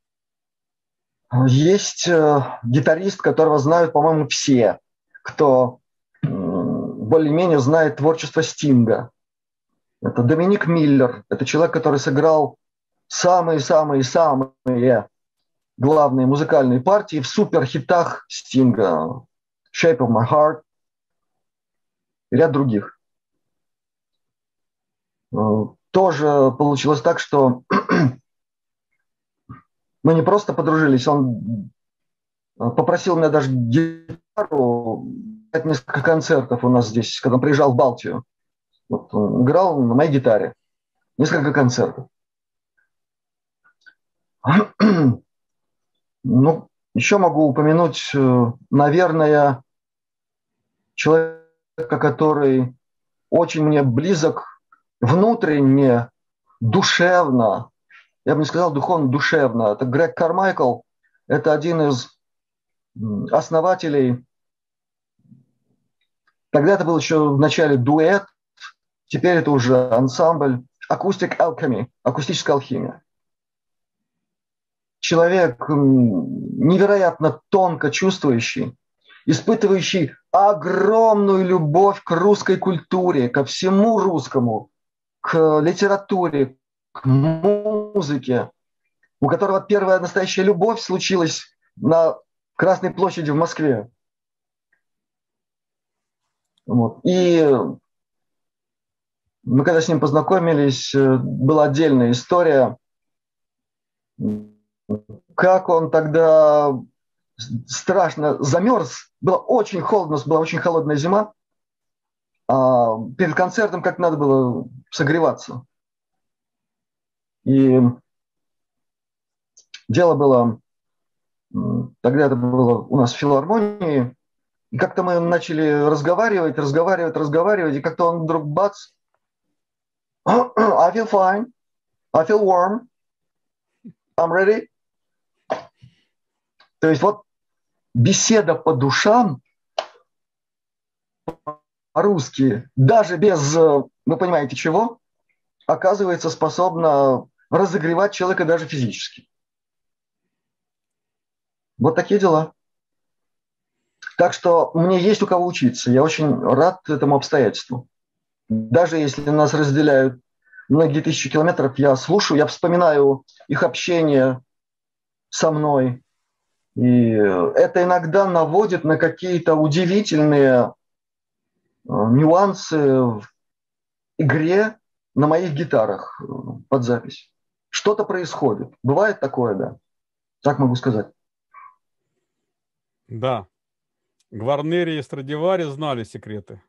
Есть гитарист, которого знают, по-моему, все, кто более-менее знает творчество Стинга. Это Доминик Миллер. Это человек, который сыграл самые-самые-самые главные музыкальные партии в суперхитах Стинга. Shape of My Heart и ряд других. Тоже получилось так, что мы не просто подружились, он попросил меня даже гитару, дать несколько концертов у нас здесь, когда он приезжал в Балтию. Вот он играл на моей гитаре несколько концертов. Ну, еще могу упомянуть, наверное, человека, который очень мне близок внутренне, душевно, я бы не сказал духовно, душевно. Это Грег Кармайкл, это один из основателей. Тогда это был еще в начале дуэт, теперь это уже ансамбль Acoustic Alchemy, акустическая алхимия. Человек невероятно тонко чувствующий, испытывающий огромную любовь к русской культуре, ко всему русскому, к литературе, к музыке, у которого первая настоящая любовь случилась на Красной площади в Москве. Вот. И мы когда с ним познакомились, была отдельная история, как он тогда страшно замерз, было очень холодно, была очень холодная зима, а перед концертом как надо было согреваться. И дело было, тогда это было у нас в филармонии, и как-то мы начали разговаривать, и как-то он вдруг бац, I feel fine, I feel warm, I'm ready. То есть вот беседа по душам по-русски, даже без, вы понимаете чего, оказывается способна разогревать человека даже физически. Вот такие дела. Так что мне есть у кого учиться. Я очень рад этому обстоятельству. Даже если нас разделяют многие тысячи километров, я слушаю, я вспоминаю их общение со мной. И это иногда наводит на какие-то удивительные нюансы в игре на моих гитарах под запись. Что-то происходит. Бывает такое, да. Так могу сказать. Да. Гварнери и Страдивари знали секреты.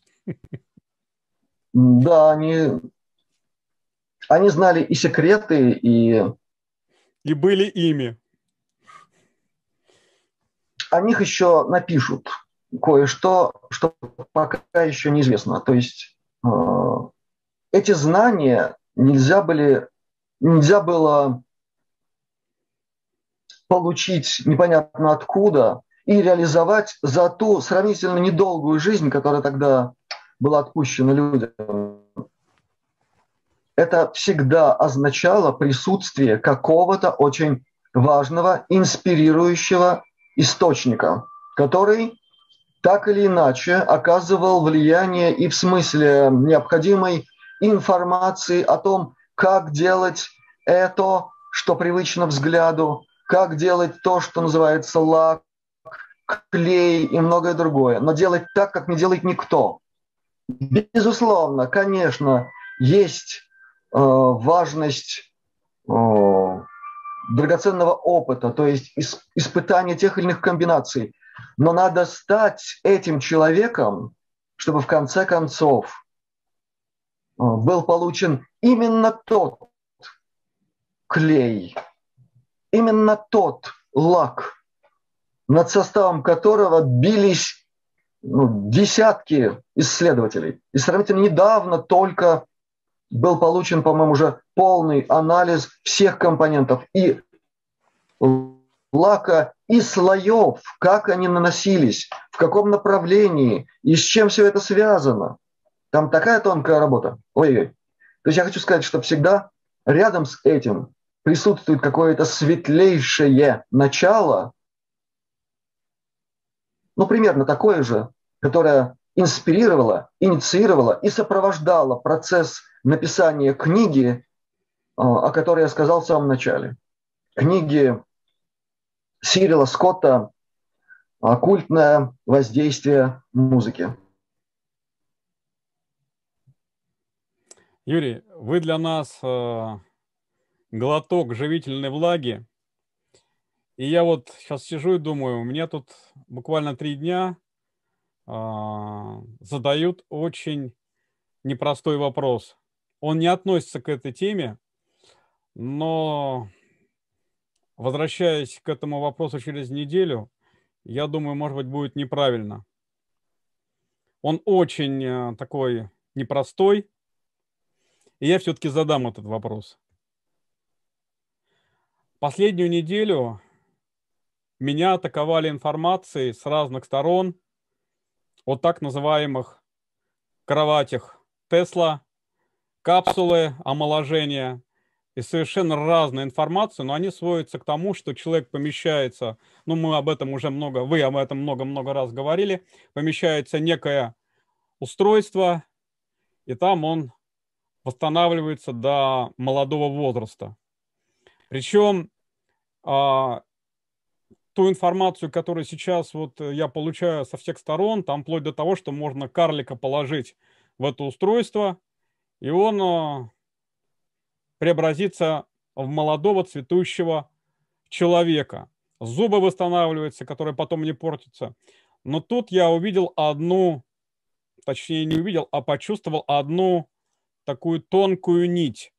Да, они знали и секреты, и были ими. О них еще напишут кое-что, что пока еще неизвестно. То есть эти знания нельзя было получить непонятно откуда и реализовать за ту сравнительно недолгую жизнь, которая тогда была отпущена людям. Это всегда означало присутствие какого-то очень важного, инспирирующего источника, который так или иначе оказывал влияние и в смысле необходимой информации о том, как делать это, что привычно взгляду, как делать то, что называется лак, клей и многое другое, но делать так, как не делает никто. Безусловно, конечно, есть важность драгоценного опыта, то есть испытания тех или иных комбинаций. Но надо стать этим человеком, чтобы в конце концов был получен именно тот клей, именно тот лак, над составом которого бились десятки исследователей. И сравнительно недавно только был получен, по-моему, уже полный анализ всех компонентов и лака, и слоев, как они наносились, в каком направлении и с чем все это связано. Там такая тонкая работа. Ой-ой. То есть я хочу сказать, что всегда рядом с этим присутствует какое-то светлейшее начало, примерно такое же, которое инспирировало, инициировало и сопровождало процесс написания книги, о которой я сказал в самом начале. Книги Сирила Скотта «Оккультное воздействие музыки». Юрий, вы для нас глоток живительной влаги. И я вот сейчас сижу и думаю, у меня тут буквально 3 дня задают очень непростой вопрос. Он не относится к этой теме, но возвращаясь к этому вопросу через неделю, я думаю, может быть, будет неправильно. Он очень такой непростой, и я все-таки задам этот вопрос. Последнюю неделю меня атаковали информацией с разных сторон о так называемых кроватях Тесла, капсулы омоложения и совершенно разная информация, но они сводятся к тому, что человек помещается, мы об этом уже вы об этом много-много раз говорили, помещается некое устройство, и там он восстанавливается до молодого возраста. Причем ту информацию, которую сейчас я получаю со всех сторон, там вплоть до того, что можно карлика положить в это устройство, и он преобразится в молодого цветущего человека. Зубы восстанавливаются, которые потом не портятся. Но тут я увидел точнее не увидел, а почувствовал одну такую тонкую нить.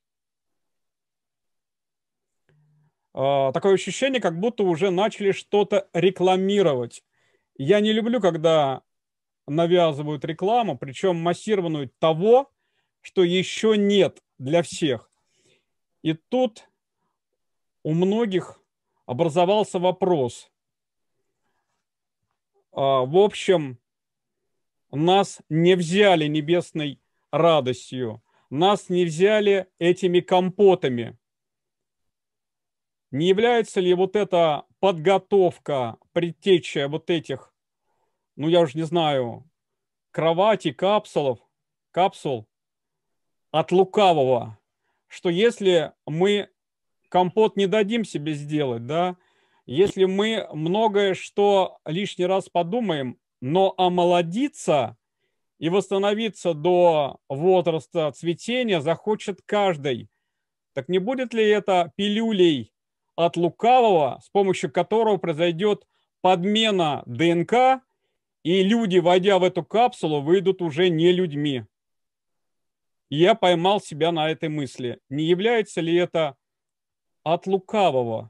Такое ощущение, как будто уже начали что-то рекламировать. Я не люблю, когда навязывают рекламу, причем массированную того, что еще нет для всех. И тут у многих образовался вопрос. В общем, нас не взяли небесной радостью, нас не взяли этими компотами. Не является ли эта подготовка, предтеча этих, я уже не знаю, кроватей, капсул от лукавого, что если мы компот не дадим себе сделать, да, если мы многое что лишний раз подумаем, но омолодиться и восстановиться до возраста цветения захочет каждый, так не будет ли это пилюлей от лукавого, с помощью которого произойдет подмена ДНК, и люди, войдя в эту капсулу, выйдут уже не людьми? И я поймал себя на этой мысли. Не является ли это от лукавого?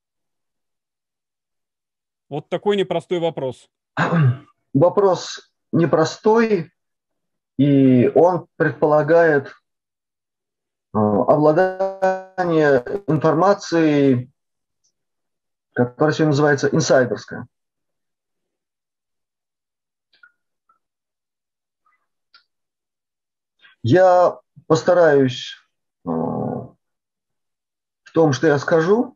Вот такой непростой вопрос. Вопрос непростой, и он предполагает обладание информацией, которая сегодня называется инсайдерская. Я постараюсь в том, что я скажу,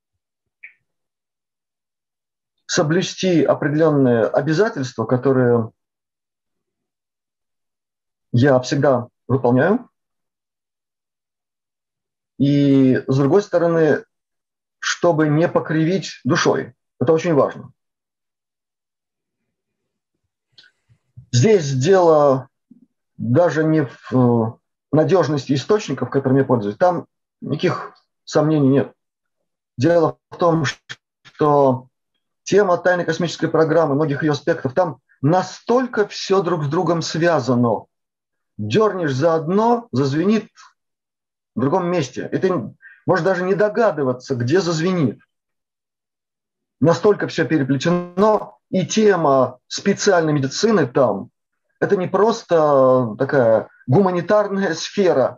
соблюсти определенные обязательства, которые я всегда выполняю, и, с другой стороны, чтобы не покривить душой. Это очень важно. Здесь дело даже не в надежности источников, которыми я пользуюсь. Там никаких сомнений нет. Дело в том, что тема тайной космической программы, многих ее аспектов, там настолько все друг с другом связано. Дернешь за одно, зазвенит в другом месте. И ты можешь даже не догадываться, где зазвенит. Настолько все переплетено. И тема специальной медицины там, это не просто такая гуманитарная сфера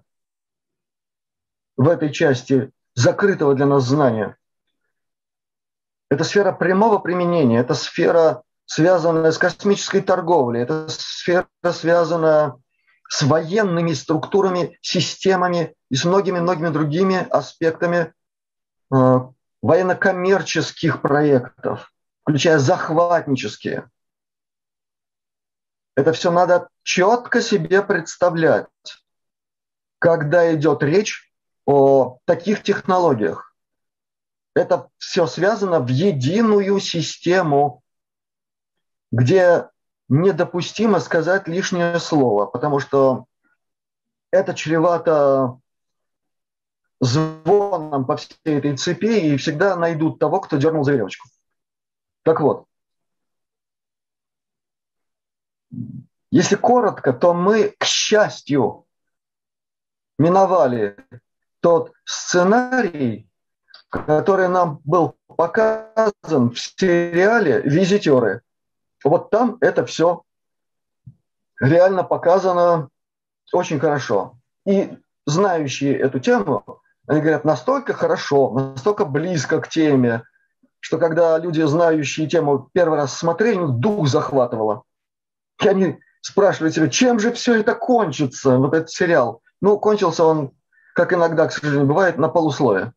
в этой части закрытого для нас знания. Это сфера прямого применения, это сфера, связанная с космической торговлей, это сфера, связанная с военными структурами, системами и с многими-многими другими аспектами военно-коммерческих проектов, включая захватнические. Это все надо четко себе представлять, когда идет речь о таких технологиях. Это все связано в единую систему, где недопустимо сказать лишнее слово, потому что это чревато звоном по всей этой цепи, и всегда найдут того, кто дернул за веревочку. Так вот, если коротко, то мы, к счастью, миновали тот сценарий, который нам был показан в сериале «Визитеры». Вот там это все реально показано очень хорошо. И знающие эту тему, они говорят, настолько хорошо, настолько близко к теме, что когда люди, знающие тему, первый раз смотрели, у них дух захватывало. И они спрашивали себя, чем же все это кончится, вот этот сериал. Ну, кончился он, как иногда, к сожалению, бывает, на полусловие.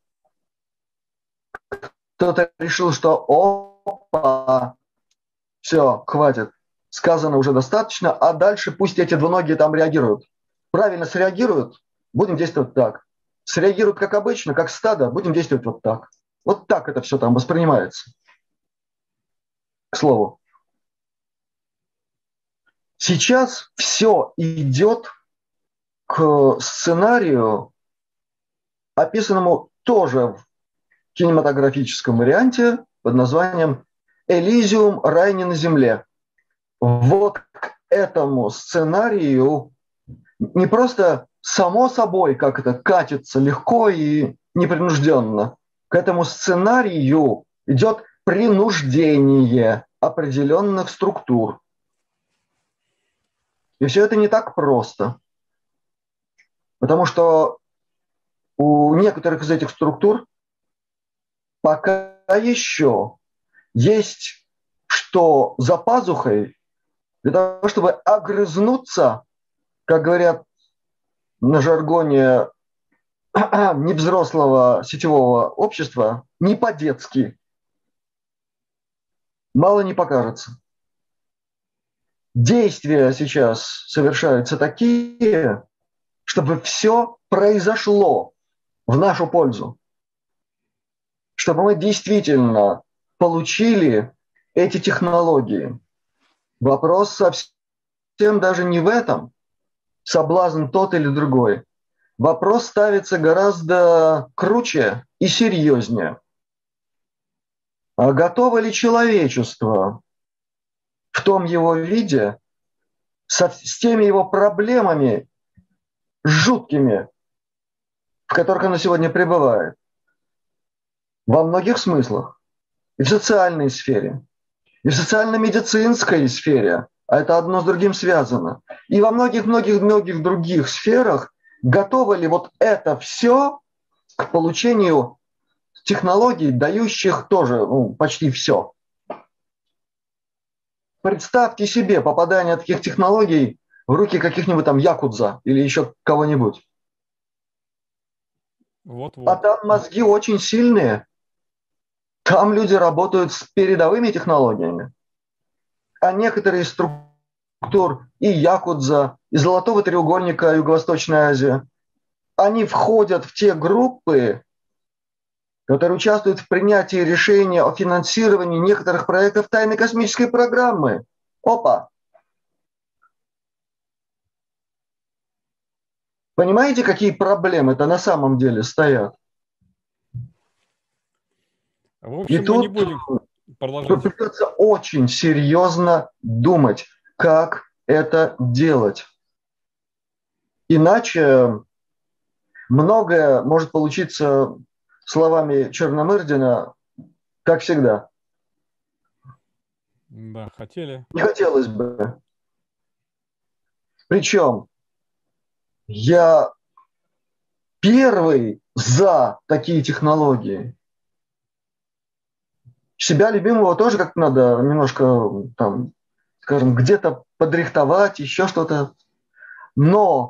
Кто-то решил, что опа, все, хватит, сказано уже достаточно, а дальше пусть эти двуногие там реагируют. Правильно среагируют, будем действовать так. Среагируют как обычно, как стадо, будем действовать вот так. Вот так это все там воспринимается. К слову. Сейчас все идет к сценарию, описанному тоже в кинематографическом варианте под названием «Элизиум. Рай не на земле». Вот к этому сценарию не просто само собой как это катится легко и непринужденно. К этому сценарию идет принуждение определенных структур. И все это не так просто. Потому что у некоторых из этих структур пока еще есть что за пазухой для того, чтобы огрызнуться, как говорят на жаргоне невзрослого сетевого общества, не по-детски. Мало не покажется. Действия сейчас совершаются такие, чтобы все произошло в нашу пользу. Чтобы мы действительно получили эти технологии. Вопрос совсем даже не в этом, соблазн тот или другой. Вопрос ставится гораздо круче и серьезнее. А готово ли человечество в том его виде, с теми его проблемами жуткими, в которых оно сегодня пребывает? Во многих смыслах. И в социальной сфере, и в социально-медицинской сфере, а это одно с другим связано, и во многих-многих-многих других сферах готово ли вот это все к получению технологий, дающих тоже почти все. Представьте себе попадание таких технологий в руки каких-нибудь там якудза или еще кого-нибудь. Вот-вот. А там мозги очень сильные. Там люди работают с передовыми технологиями. А некоторые из структур и якудза, и золотого треугольника Юго-Восточная Азия, они входят в те группы, которые участвуют в принятии решения о финансировании некоторых проектов тайной космической программы. Опа! Понимаете, какие проблемы-то на самом деле стоят? В И общем, мы не тут будем продолжать. придется очень серьезно думать, как это делать. Иначе многое может получиться словами Черномырдина, как всегда. Да, хотели. Не хотелось бы. Причем я первый за такие технологии. Себя любимого тоже как-то надо немножко, там, скажем, где-то подрихтовать, еще что-то. Но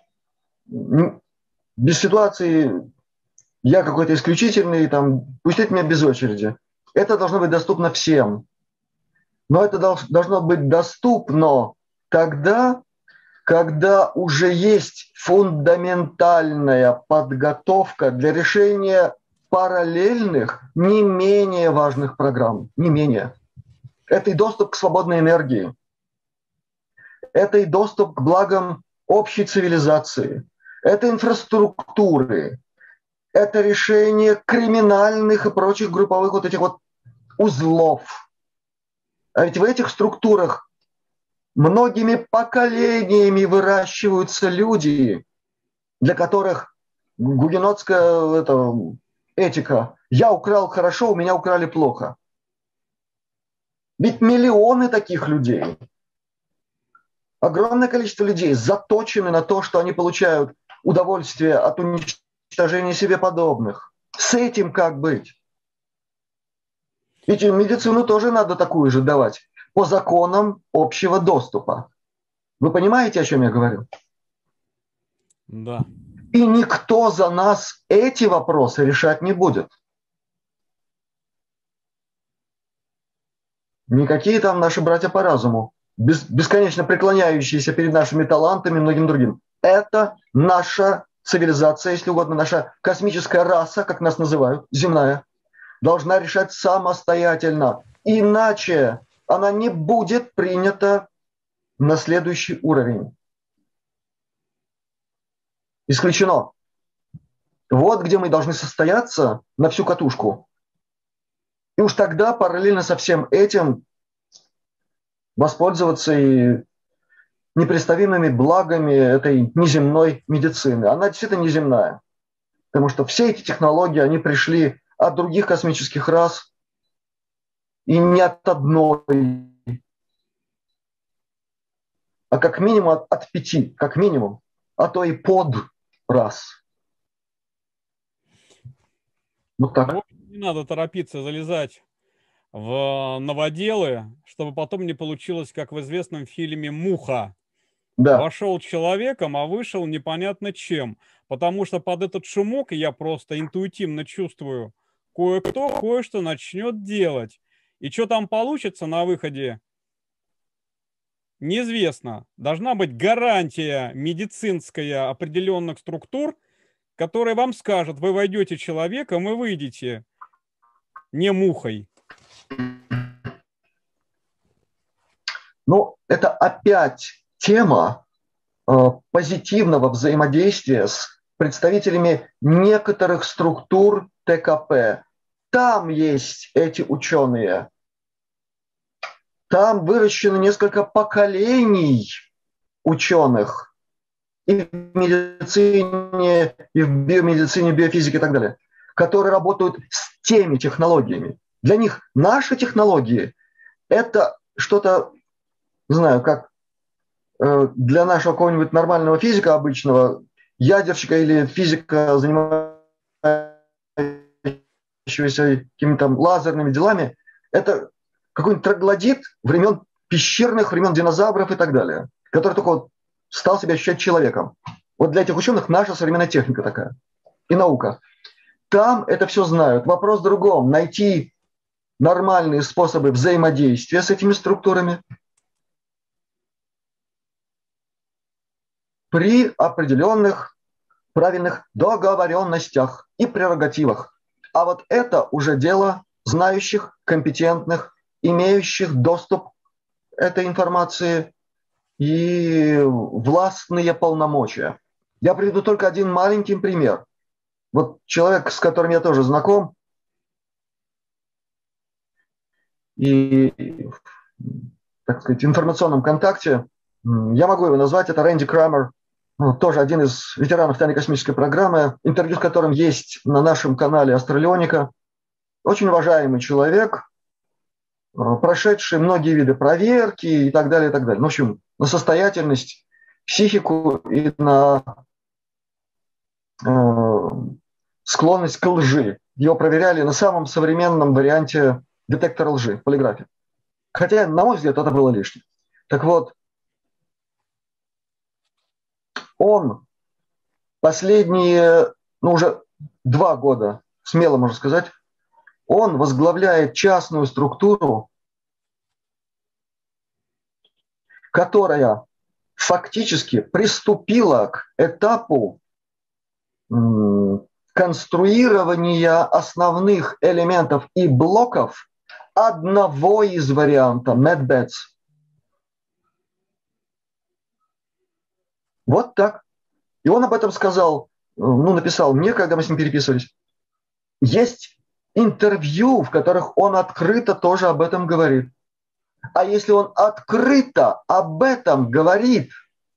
без ситуации я какой-то исключительный, там, пустить меня без очереди. Это должно быть доступно всем. Но это должно быть доступно тогда, когда уже есть фундаментальная подготовка для решения параллельных, не менее важных программ. Не менее. Это и доступ к свободной энергии. Это и доступ к благам общей цивилизации. Это инфраструктуры. Это решение криминальных и прочих групповых вот этих вот узлов. А ведь в этих структурах многими поколениями выращиваются люди, для которых гугенотская этика «я украл хорошо, у меня украли плохо». Ведь миллионы таких людей, огромное количество людей заточены на то, что они получают удовольствие от уничтожения себе подобных. С этим как быть? Ведь медицину тоже надо такую же давать по законам общего доступа. Вы понимаете, о чем я говорю? Да. И никто за нас эти вопросы решать не будет. Никакие там наши братья по разуму, бесконечно преклоняющиеся перед нашими талантами и многим другим. Это наша цивилизация, если угодно, наша космическая раса, как нас называют, земная, должна решать самостоятельно. Иначе она не будет принята на следующий уровень. Исключено. Вот где мы должны состояться на всю катушку. И уж тогда параллельно со всем этим воспользоваться и непредставимыми благами этой неземной медицины. Она действительно неземная. Потому что все эти технологии, они пришли от других космических рас и не от одной, а как минимум от 5, как минимум, а то и под рас. Вот так. Ну, не надо торопиться залезать в новоделы, чтобы потом не получилось, как в известном фильме «Муха». Да. Вошел человеком, а вышел непонятно чем. Потому что под этот шумок, я просто интуитивно чувствую, кое-кто кое-что начнет делать. И что там получится на выходе, неизвестно. Должна быть гарантия медицинская определенных структур, которая вам скажет, вы войдете человеком и выйдете не мухой. Ну, это опять тема позитивного взаимодействия с представителями некоторых структур ТКП. Там есть эти ученые. Там выращено несколько поколений ученых и в медицине, и в биомедицине, биофизике и так далее, которые работают с теми технологиями. Для них наши технологии – это что-то, не знаю, как для нашего какого-нибудь нормального физика обычного, ядерщика или физика, занимающегося какими-то лазерными делами, это какой-нибудь троглодит времен пещерных, времен динозавров и так далее, который только вот стал себя ощущать человеком. Вот для этих ученых наша современная техника такая и наука. Там это все знают. Вопрос в другом. Найти нормальные способы взаимодействия с этими структурами при определенных правильных договоренностях и прерогативах. А вот это уже дело знающих, компетентных, имеющих доступ к этой информации и властные полномочия. Я приведу только один маленький пример. Вот человек, с которым я тоже знаком, и, так сказать, информационном контакте, я могу его назвать, это Рэнди Крамер, тоже один из ветеранов тайной космической программы, интервью с которым есть на нашем канале «Астралионика». Очень уважаемый человек, прошедший многие виды проверки и так далее, и так далее. Ну, в общем, на состоятельность, психику и на склонность к лжи. Его проверяли на самом современном варианте детектора лжи, полиграфе. Хотя, на мой взгляд, это было лишним. Так вот, он последние, уже 2 года, смело можно сказать, он возглавляет частную структуру, которая фактически приступила к этапу конструирования основных элементов и блоков одного из вариантов MadBets. Вот так. И он об этом сказал, написал мне, когда мы с ним переписывались. Есть интервью, в которых он открыто тоже об этом говорит. А если он открыто об этом говорит,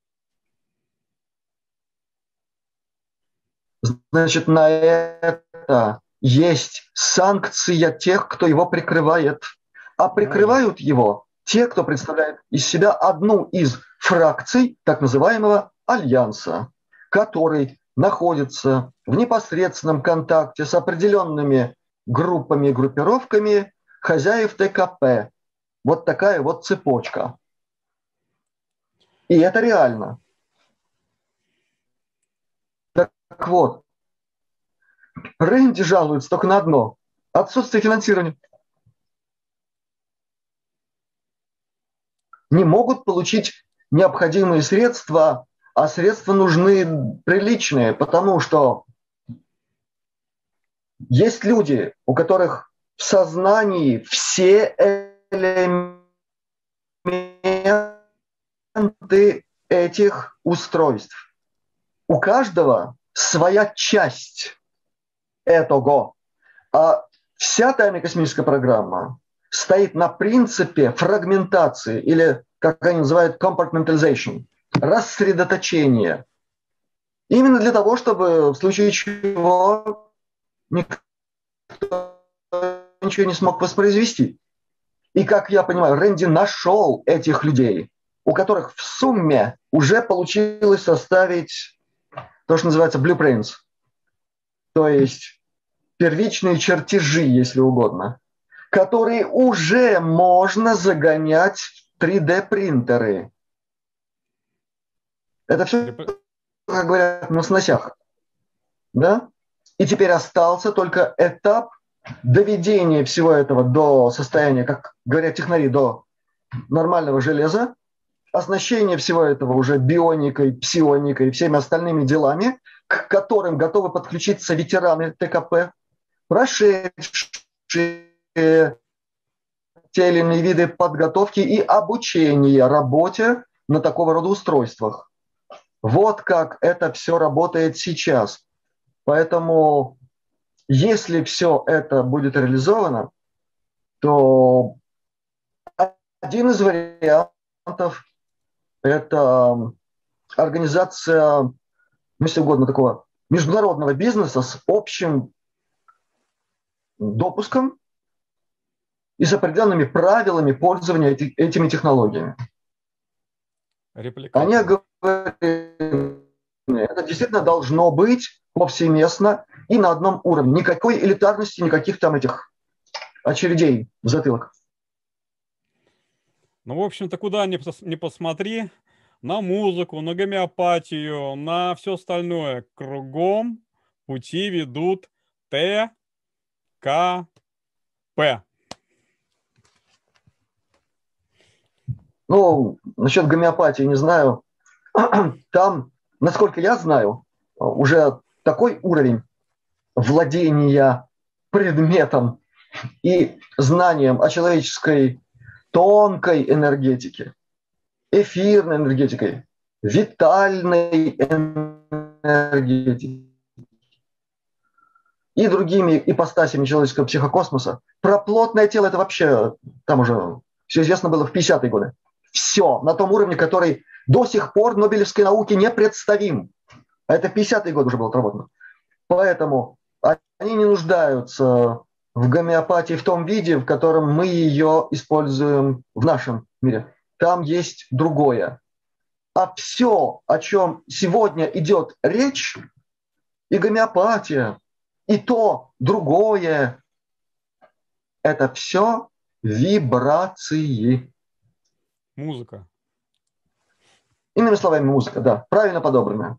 значит, на это есть санкция тех, кто его прикрывает. А прикрывают его те, кто представляет из себя одну из фракций так называемого альянса, который находится в непосредственном контакте с определенными группами и группировками хозяев ТКП. Вот такая вот цепочка. И это реально. Так вот, Рэнди жалуется только на одно – отсутствие финансирования. Не могут получить необходимые средства, а средства нужны приличные, потому что есть люди, у которых в сознании все элементы этих устройств. У каждого своя часть этого. А вся тайная космическая программа стоит на принципе фрагментации или, как они называют, compartmentalization, рассредоточения. Именно для того, чтобы в случае чего никто ничего не смог воспроизвести. И, как я понимаю, Рэнди нашел этих людей, у которых в сумме уже получилось составить то, что называется blueprints, то есть первичные чертежи, если угодно, которые уже можно загонять в 3D-принтеры. Это все, как говорят, на сносях. Да? И теперь остался только этап доведения всего этого до состояния, как говорят технари, до нормального железа, оснащение всего этого уже бионикой, псионикой и всеми остальными делами, к которым готовы подключиться ветераны ТКП, прошедшие те или иные виды подготовки и обучения работе на такого рода устройствах. Вот как это все работает сейчас. Поэтому, если все это будет реализовано, то один из вариантов – это организация, если угодно, такого международного бизнеса с общим допуском и с определенными правилами пользования этими технологиями. Они говорят, это действительно должно быть повсеместно и на одном уровне. Никакой элитарности, никаких там этих очередей в затылок. Ну, в общем-то, куда ни посмотри, на музыку, на гомеопатию, на все остальное, кругом пути ведут ТКП. Ну, насчет гомеопатии не знаю. Там, насколько я знаю, уже такой уровень владения предметом и знанием о человеческой тонкой энергетике, эфирной энергетикой, витальной энергетикой и другими ипостасями человеческого психокосмоса. Про плотное тело это вообще, там уже все известно было в 50-е годы. Все на том уровне, который до сих пор Нобелевской науке не представим. А это в 50-е годы уже было отработано. Поэтому они не нуждаются в гомеопатии в том виде, в котором мы ее используем в нашем мире. Там есть другое. А все, о чем сегодня идет речь, и гомеопатия, и то другое, это все вибрации. Музыка. Иными словами, музыка, да, правильно подобранная.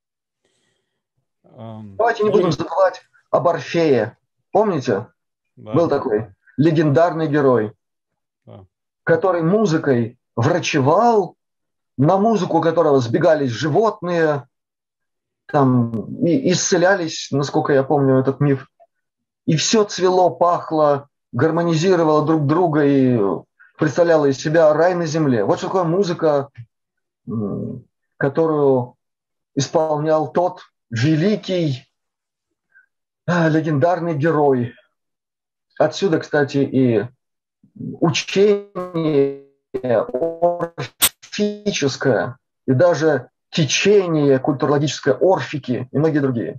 Давайте не будем забывать об Орфее. Помните? Да. Был такой легендарный герой, Да. который музыкой врачевал, на музыку которого сбегались животные, там, и исцелялись, насколько я помню этот миф. И все цвело, пахло, гармонизировало друг друга и представляло из себя рай на земле. Вот что такое музыка, которую исполнял тот великий, легендарный герой. Отсюда, кстати, и учение орфическое, и даже течение культурологическое орфики и многие другие.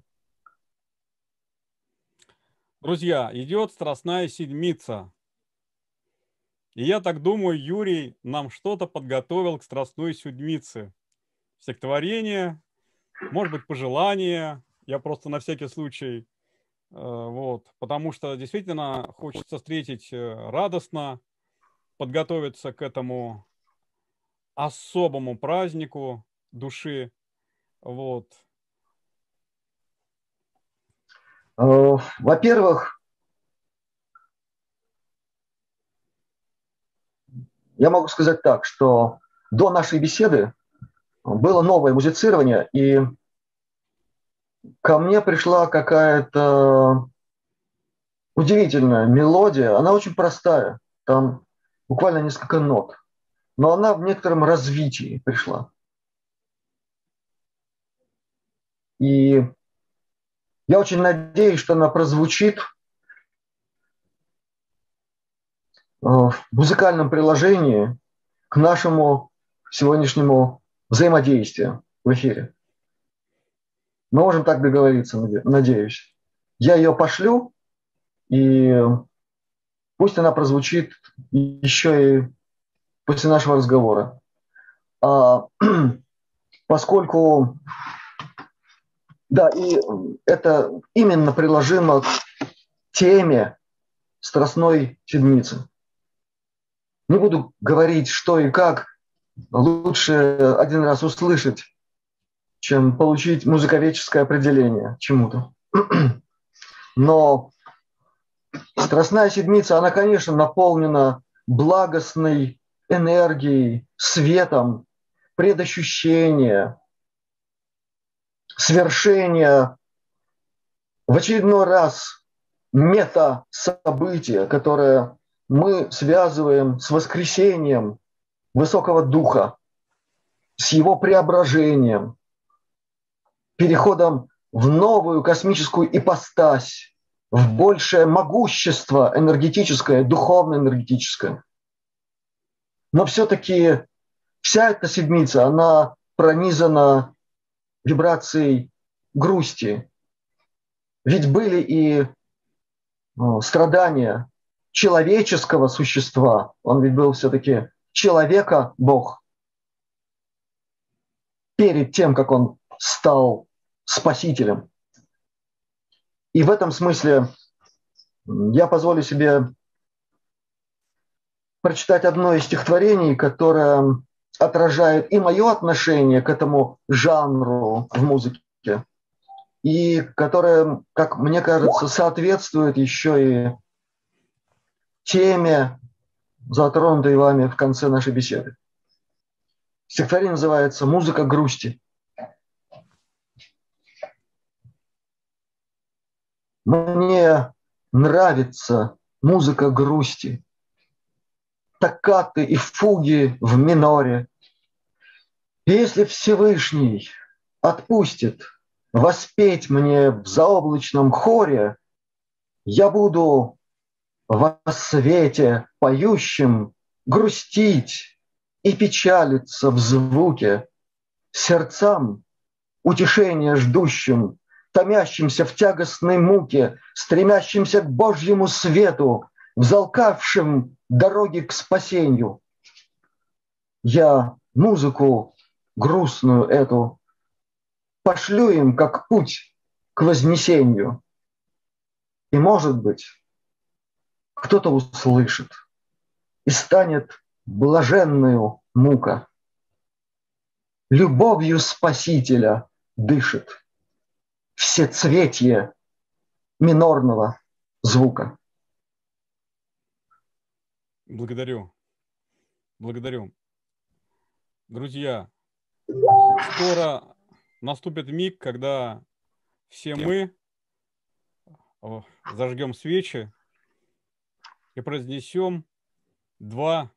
Друзья, идет Страстная Седмица. И я так думаю, Юрий нам что-то подготовил к Страстной Седмице. Стихотворение, может быть, пожелание. Я просто на всякий случай. Вот, потому что действительно хочется встретить радостно, подготовиться к этому особому празднику души. Вот. Во-первых, я могу сказать так, что до нашей беседы было новое музицирование, и ко мне пришла какая-то удивительная мелодия. Она очень простая, там буквально несколько нот, но она в некотором развитии пришла. И я очень надеюсь, что она прозвучит в музыкальном приложении к нашему сегодняшнему взаимодействию в эфире. Мы можем так договориться, надеюсь. Я ее пошлю, и пусть она прозвучит еще и после нашего разговора. Поскольку, да, и это именно приложимо к теме Страстной Седмицы. Не буду говорить, что и как, лучше один раз услышать, чем получить музыковедческое определение чему-то. Но Страстная Седмица, она, конечно, наполнена благостной энергией, светом, предощущения, свершения, в очередной раз мета-события, которое мы связываем с воскресением Высокого Духа, с его преображением, переходом в новую космическую ипостась, в большее могущество энергетическое, духовно-энергетическое. Но все-таки вся эта седмица, она пронизана вибрацией грусти. Ведь были и страдания человеческого существа. Он ведь был все-таки человека-бог. Перед тем, как он стал спасителем. И в этом смысле я позволю себе прочитать одно из стихотворений, которое отражает и мое отношение к этому жанру в музыке, и которое, как мне кажется, соответствует еще и теме, затронутой вами в конце нашей беседы. Стихотворение называется «Музыка грусти». Мне нравится музыка грусти, токкаты и фуги в миноре. И если Всевышний отпустит воспеть мне в заоблачном хоре, я буду во свете поющем грустить и печалиться в звуке, сердцам утешения ждущим, томящимся в тягостной муке, стремящимся к Божьему свету, взалкавшим дороги к спасению. Я музыку грустную эту пошлю им как путь к вознесению. И, может быть, кто-то услышит, и станет блаженную мука. Любовью Спасителя дышит всецветие минорного звука. Благодарю. Благодарю. Друзья, скоро наступит миг, когда все мы зажгем свечи и произнесем два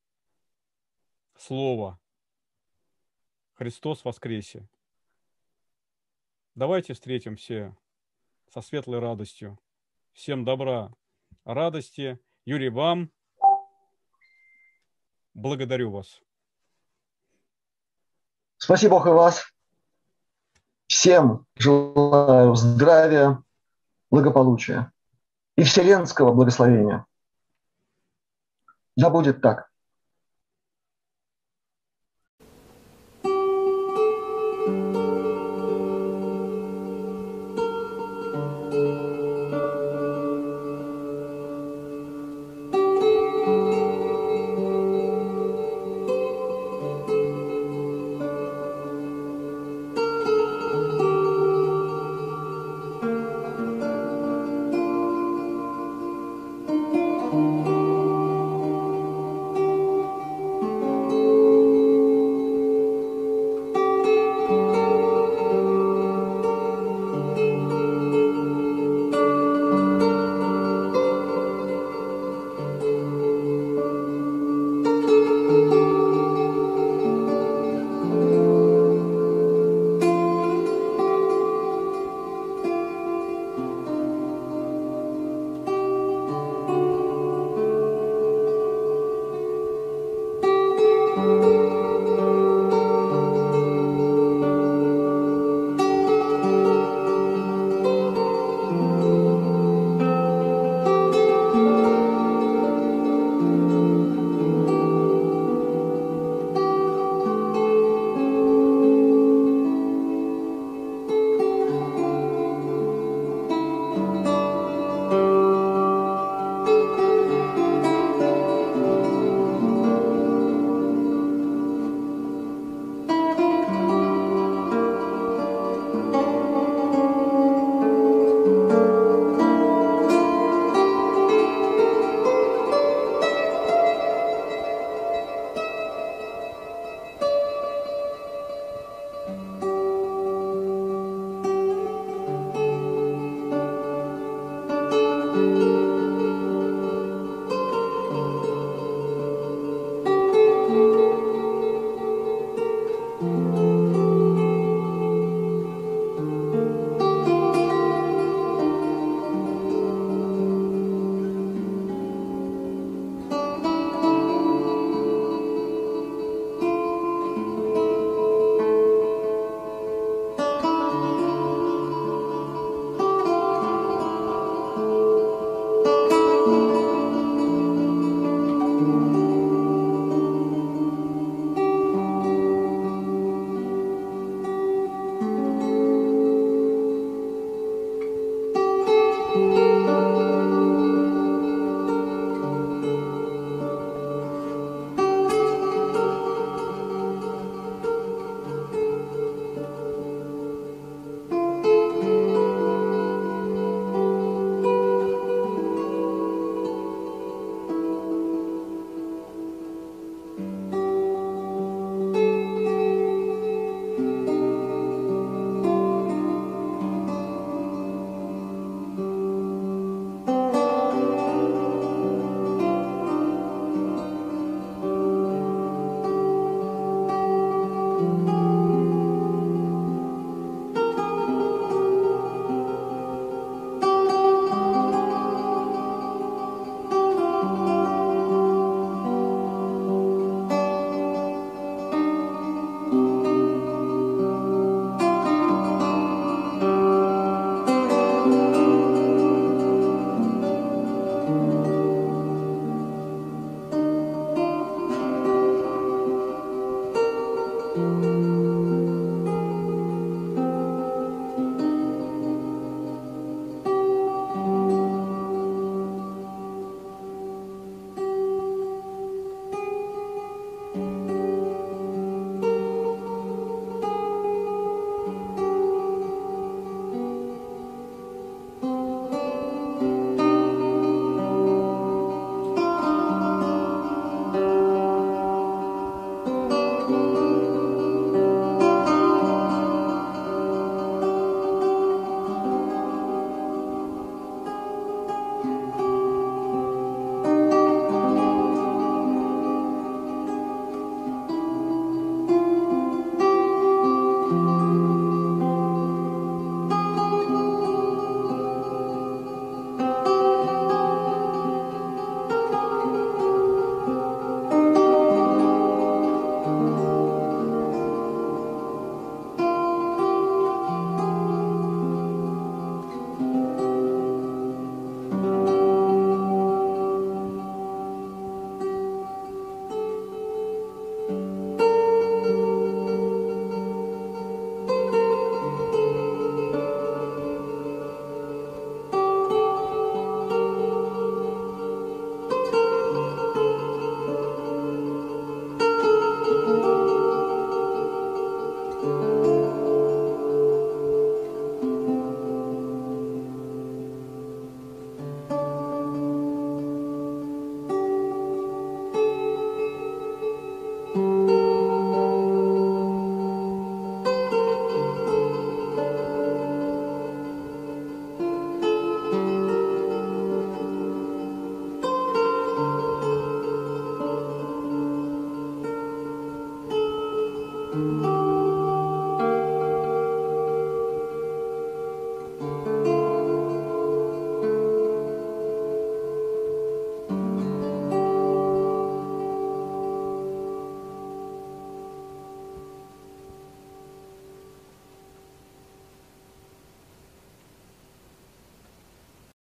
слова: «Христос воскресе». Давайте встретим все со светлой радостью. Всем добра, радости. Юрий, вам благодарю вас. Спасибо, Бог, и вас. Всем желаю здравия, благополучия и вселенского благословения. Да будет так.